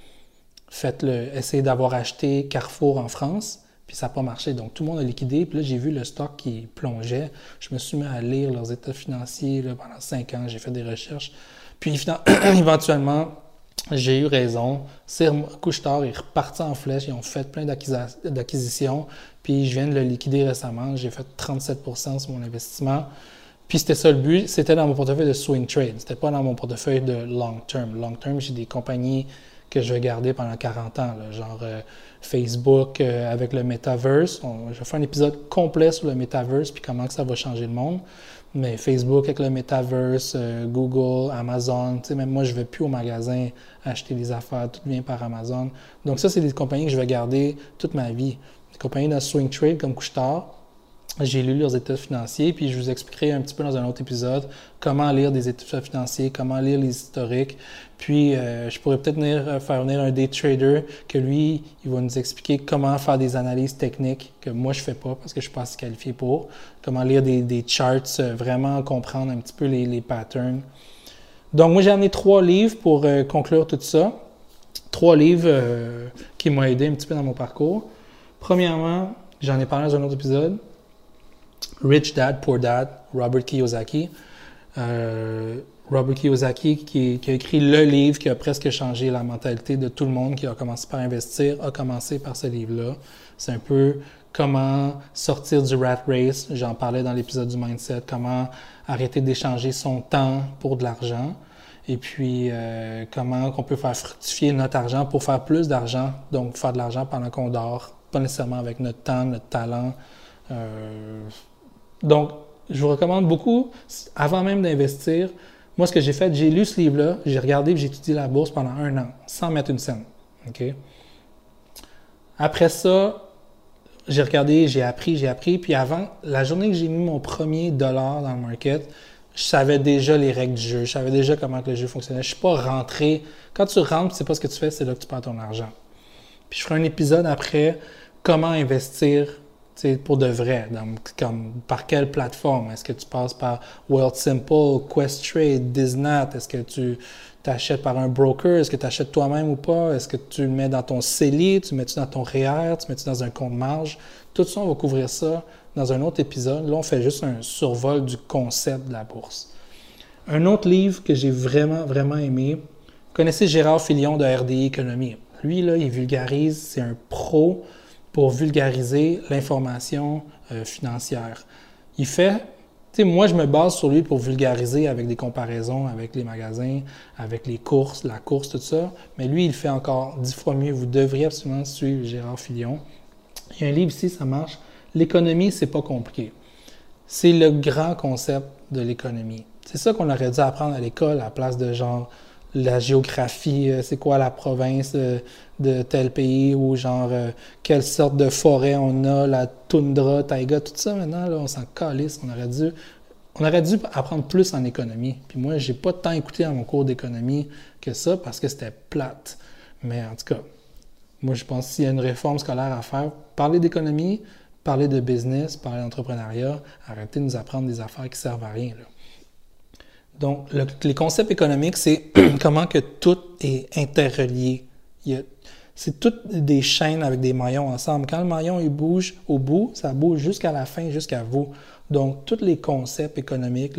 A: essayé d'avoir acheté Carrefour en France, puis ça n'a pas marché. Donc, tout le monde a liquidé. Puis là, j'ai vu le stock qui plongeait. Je me suis mis à lire leurs états financiers là, pendant 5 ans. J'ai fait des recherches. Puis, éventuellement, j'ai eu raison. Couche-Tard est reparti en flèche. Ils ont fait plein d'acquisitions. Puis, je viens de le liquider récemment. J'ai fait 37% sur mon investissement. Puis c'était ça le but, c'était dans mon portefeuille de swing trade, c'était pas dans mon portefeuille de long term. Long term, j'ai des compagnies que je vais garder pendant 40 ans, là, genre Facebook avec le Metaverse. Je vais faire un épisode complet sur le Metaverse puis comment que ça va changer le monde. Mais Facebook avec le Metaverse, Google, Amazon, tu sais, même moi, je ne vais plus au magasin acheter des affaires, tout vient par Amazon. Donc ça, c'est des compagnies que je vais garder toute ma vie. Des compagnies de swing trade comme Couche-Tard. J'ai lu leurs états financiers, puis je vous expliquerai un petit peu dans un autre épisode comment lire des états financiers, comment lire les historiques. Puis, je pourrais peut-être faire venir un day trader que lui, il va nous expliquer comment faire des analyses techniques que moi, je ne fais pas parce que je ne suis pas assez qualifié pour. Comment lire des charts, vraiment comprendre un petit peu les patterns. Donc, moi, j'ai amené 3 livres pour conclure tout ça. 3 livres qui m'ont aidé un petit peu dans mon parcours. Premièrement, j'en ai parlé dans un autre épisode. Rich Dad, Poor Dad, Robert Kiyosaki. Robert Kiyosaki qui a écrit le livre qui a presque changé la mentalité de tout le monde qui a commencé par investir, a commencé par ce livre-là. C'est un peu comment sortir du rat race, j'en parlais dans l'épisode du mindset, comment arrêter d'échanger son temps pour de l'argent et puis comment on peut faire fructifier notre argent pour faire plus d'argent, donc faire de l'argent pendant qu'on dort, pas nécessairement avec notre temps, notre talent. Donc, je vous recommande beaucoup, avant même d'investir, moi, ce que j'ai fait, j'ai lu ce livre-là, j'ai regardé et j'ai étudié la bourse pendant 1 an, sans mettre une scène. Okay? Après ça, j'ai regardé, j'ai appris, puis avant, la journée que j'ai mis mon premier dollar dans le market, je savais déjà les règles du jeu, je savais déjà comment que le jeu fonctionnait. Je ne suis pas rentré. Quand tu rentres, tu ne sais pas ce que tu fais, c'est là que tu perds ton argent. Puis je ferai un épisode après, comment investir pour de vrai, comme par quelle plateforme? Est-ce que tu passes par Wealthsimple, Questrade, Disney? Est-ce que tu t'achètes par un broker? Est-ce que tu achètes toi-même ou pas? Est-ce que tu le mets dans ton CELI? Tu le mets-tu dans ton REER? Tu le mets-tu dans un compte marge? Tout ça, on va couvrir ça dans un autre épisode. Là, on fait juste un survol du concept de la bourse. Un autre livre que j'ai vraiment, vraiment aimé, vous connaissez Gérard Filion de RDI Économie. Lui, là, il vulgarise, c'est un pro pour vulgariser l'information financière. Il fait, tu sais, moi je me base sur lui pour vulgariser avec des comparaisons avec les magasins, avec les courses, la course, tout ça, mais lui il fait encore 10 fois mieux. Vous devriez absolument suivre Gérard Filion. Il y a un livre ici, ça marche. L'économie, c'est pas compliqué. C'est le grand concept de l'économie. C'est ça qu'on aurait dû apprendre à l'école à la place de genre la géographie, c'est quoi la province de tel pays ou genre quelle sorte de forêt on a, la toundra, taïga, tout ça maintenant, là, on s'en calisse. On aurait dû apprendre plus en économie. Puis moi, j'ai pas tant écouté à mon cours d'économie que ça parce que c'était plate. Mais en tout cas, moi, je pense qu'il y a une réforme scolaire à faire. Parler d'économie, parler de business, parler d'entrepreneuriat, arrêter de nous apprendre des affaires qui servent à rien, là. Donc, les concepts économiques, c'est comment que tout est interrelié. C'est toutes des chaînes avec des maillons ensemble. Quand le maillon il bouge au bout, ça bouge jusqu'à la fin, jusqu'à vous. Donc, tous les concepts économiques,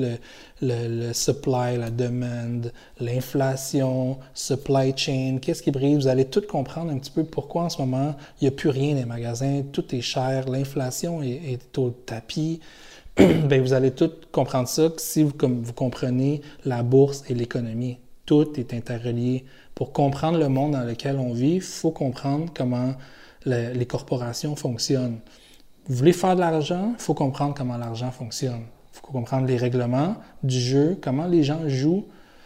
A: le supply, la demande, l'inflation, supply chain, qu'est-ce qui brise, vous allez tout comprendre un petit peu pourquoi en ce moment, il n'y a plus rien dans les magasins, tout est cher, l'inflation est au tapis. Bien, vous allez tout comprendre ça si vous comprenez la bourse et l'économie. Tout est interrelié. Pour comprendre le monde dans lequel on vit, il faut comprendre comment les corporations fonctionnent. Vous voulez faire de l'argent, il faut comprendre comment l'argent fonctionne. Il faut comprendre les règlements du jeu, comment les gens jouent.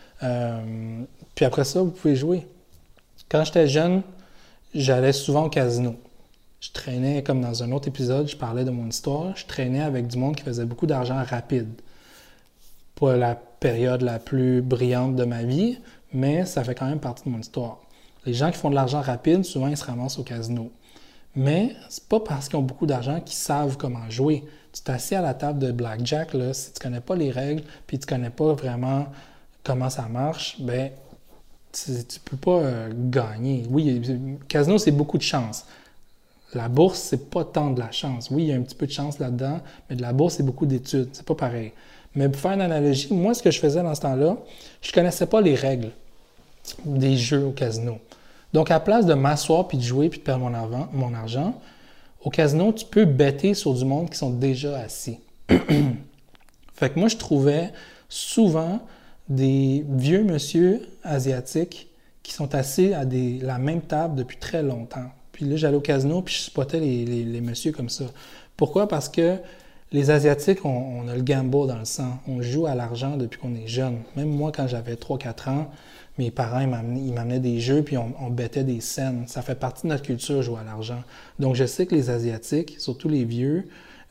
A: Puis après ça, vous pouvez jouer. Quand j'étais jeune, j'allais souvent au casino. Je traînais, comme dans un autre épisode, je parlais de mon histoire, je traînais avec du monde qui faisait beaucoup d'argent rapide. Pas la période la plus brillante de ma vie, mais ça fait quand même partie de mon histoire. Les gens qui font de l'argent rapide, souvent, ils se ramassent au casino. Mais c'est pas parce qu'ils ont beaucoup d'argent qu'ils savent comment jouer. Tu t'assieds à la table de blackjack, là, si tu connais pas les règles, puis tu connais pas vraiment comment ça marche, ben tu peux pas gagner. Oui, le casino, c'est beaucoup de chance. La bourse, c'est pas tant de la chance. Oui, il y a un petit peu de chance là-dedans, mais de la bourse, c'est beaucoup d'études. C'est pas pareil. Mais pour faire une analogie, moi, ce que je faisais dans ce temps-là, je connaissais pas les règles des jeux au casino. Donc, à la place de m'asseoir puis de jouer puis de perdre mon argent, au casino, tu peux bêter sur du monde qui sont déjà assis. Fait que moi, je trouvais souvent des vieux monsieur asiatiques qui sont assis à la même table depuis très longtemps. Puis là, j'allais au casino puis je spottais les messieurs comme ça. Pourquoi? Parce que les Asiatiques, on a le gamble dans le sang. On joue à l'argent depuis qu'on est jeune. Même moi, quand j'avais 3-4 ans, mes parents, ils m'amenaient des jeux, puis on bêtait des scènes. Ça fait partie de notre culture, jouer à l'argent. Donc, je sais que les Asiatiques, surtout les vieux,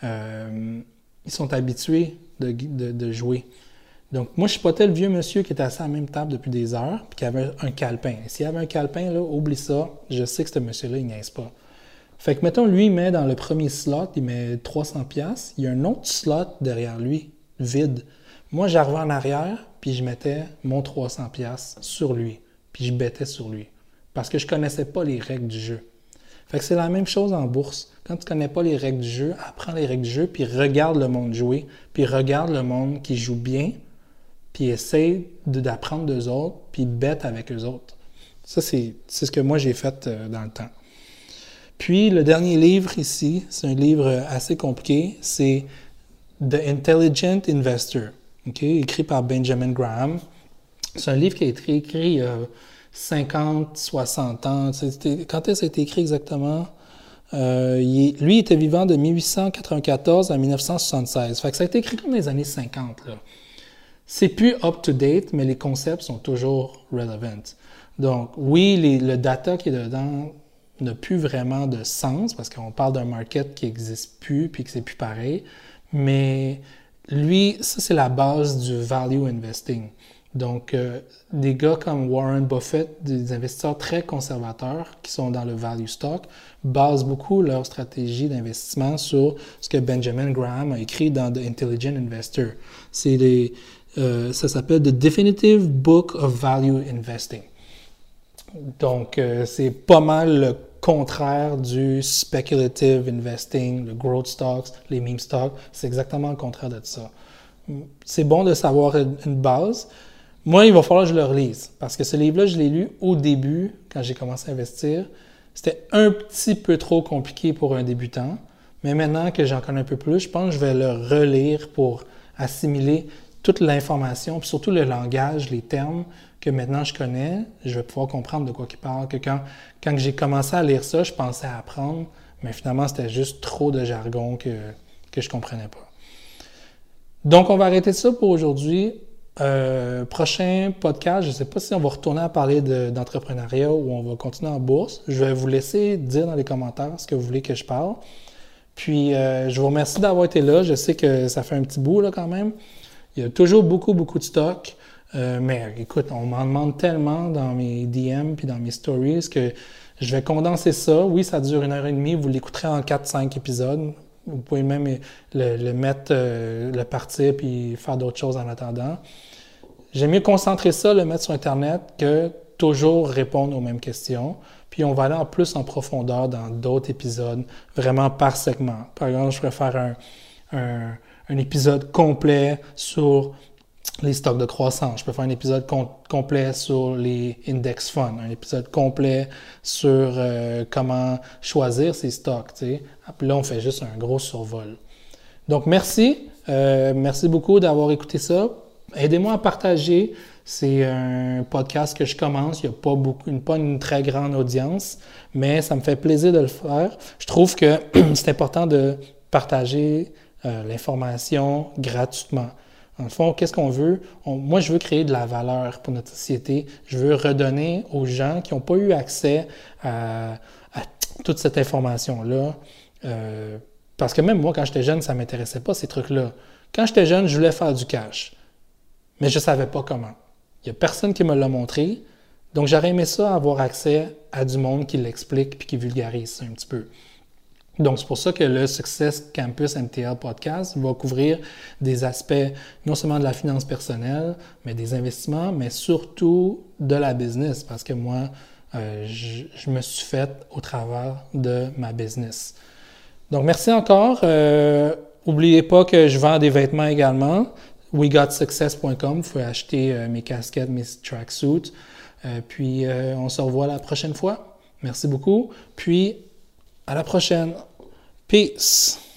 A: ils sont habitués de jouer. Donc, moi, je spottais le vieux monsieur qui était assis à la même table depuis des heures, puis qui avait un calepin. S'il y avait un calepin, là, oublie ça, je sais que ce monsieur-là, il niaise pas. Fait que, mettons, lui, il met dans le premier slot, il met 300$, il y a un autre slot derrière lui, vide. Moi, j'arrivais en arrière, puis je mettais mon 300$ sur lui, puis je bêtais sur lui, parce que je connaissais pas les règles du jeu. Fait que c'est la même chose en bourse. Quand tu connais pas les règles du jeu, apprends les règles du jeu, puis regarde le monde jouer, puis regarde le monde qui joue bien, puis essaye d'apprendre d'eux autres, puis bête avec eux autres. Ça, c'est ce que moi, j'ai fait dans le temps. Puis, le dernier livre ici, c'est un livre assez compliqué, c'est The Intelligent Investor, écrit par Benjamin Graham. C'est un livre qui a été écrit il y a 50, 60 ans. Quand est-ce que ça a été écrit exactement? Lui, il était vivant de 1894 à 1976. Fait que ça a été écrit comme dans les années 50, là. C'est plus up-to-date, mais les concepts sont toujours relevant. Donc, oui, le data qui est dedans n'a plus vraiment de sens parce qu'on parle d'un market qui n'existe plus puis que c'est plus pareil. Mais lui, ça, c'est la base du value investing. Donc, des gars comme Warren Buffett, des investisseurs très conservateurs qui sont dans le value stock, basent beaucoup leur stratégie d'investissement sur ce que Benjamin Graham a écrit dans The Intelligent Investor. Ça s'appelle The Definitive Book of Value Investing. Donc, c'est pas mal le contraire du speculative investing, le growth stocks, les meme stocks. C'est exactement le contraire de ça. C'est bon de savoir une base. Moi, il va falloir que je le relise parce que ce livre-là, je l'ai lu au début, quand j'ai commencé à investir. C'était un petit peu trop compliqué pour un débutant. Mais maintenant que j'en connais un peu plus, je pense que je vais le relire pour assimiler toute l'information, puis surtout le langage, les termes que maintenant je connais, je vais pouvoir comprendre de quoi il parle. Que quand j'ai commencé à lire ça, je pensais à apprendre, mais finalement, c'était juste trop de jargon que je comprenais pas. Donc, on va arrêter ça pour aujourd'hui. Prochain podcast, je ne sais pas si on va retourner à parler d'entrepreneuriat ou on va continuer en bourse. Je vais vous laisser dire dans les commentaires ce que vous voulez que je parle. Puis, je vous remercie d'avoir été là. Je sais que ça fait un petit bout là quand même. Il y a toujours beaucoup de stocks. Mais écoute, on m'en demande tellement dans mes DM puis dans mes stories que je vais condenser ça. Oui, ça dure 1h30. Vous l'écouterez en 4-5 épisodes. Vous pouvez même le mettre, le partir puis faire d'autres choses en attendant. J'aime mieux concentrer ça, le mettre sur Internet que toujours répondre aux mêmes questions. Puis on va aller en plus en profondeur dans d'autres épisodes, vraiment par segment. Par exemple, je pourrais faire un épisode complet sur les stocks de croissance. Je peux faire un épisode complet sur les index funds, un épisode complet sur comment choisir ces stocks. T'sais. Puis là, on fait juste un gros survol. Donc, merci. Merci beaucoup d'avoir écouté ça. Aidez-moi à partager. C'est un podcast que je commence. Il n'y a pas une très grande audience, mais ça me fait plaisir de le faire. Je trouve que c'est important de partager l'information gratuitement. Dans le fond, qu'est-ce qu'on veut? Moi, je veux créer de la valeur pour notre société. Je veux redonner aux gens qui n'ont pas eu accès à toute cette information-là. Parce que même moi, quand j'étais jeune, ça ne m'intéressait pas, ces trucs-là. Quand j'étais jeune, je voulais faire du cash. Mais je ne savais pas comment. Il n'y a personne qui me l'a montré. Donc, j'aurais aimé ça, avoir accès à du monde qui l'explique puis qui vulgarise ça un petit peu. Donc, c'est pour ça que le Success Campus MTL Podcast va couvrir des aspects non seulement de la finance personnelle, mais des investissements, mais surtout de la business, parce que moi, je me suis fait au travers de ma business. Donc, merci encore. N'oubliez pas que je vends des vêtements également. WeGotSuccess.com, vous pouvez acheter mes casquettes, mes tracksuits. Puis, on se revoit la prochaine fois. Merci beaucoup. Puis, à la prochaine. Peace.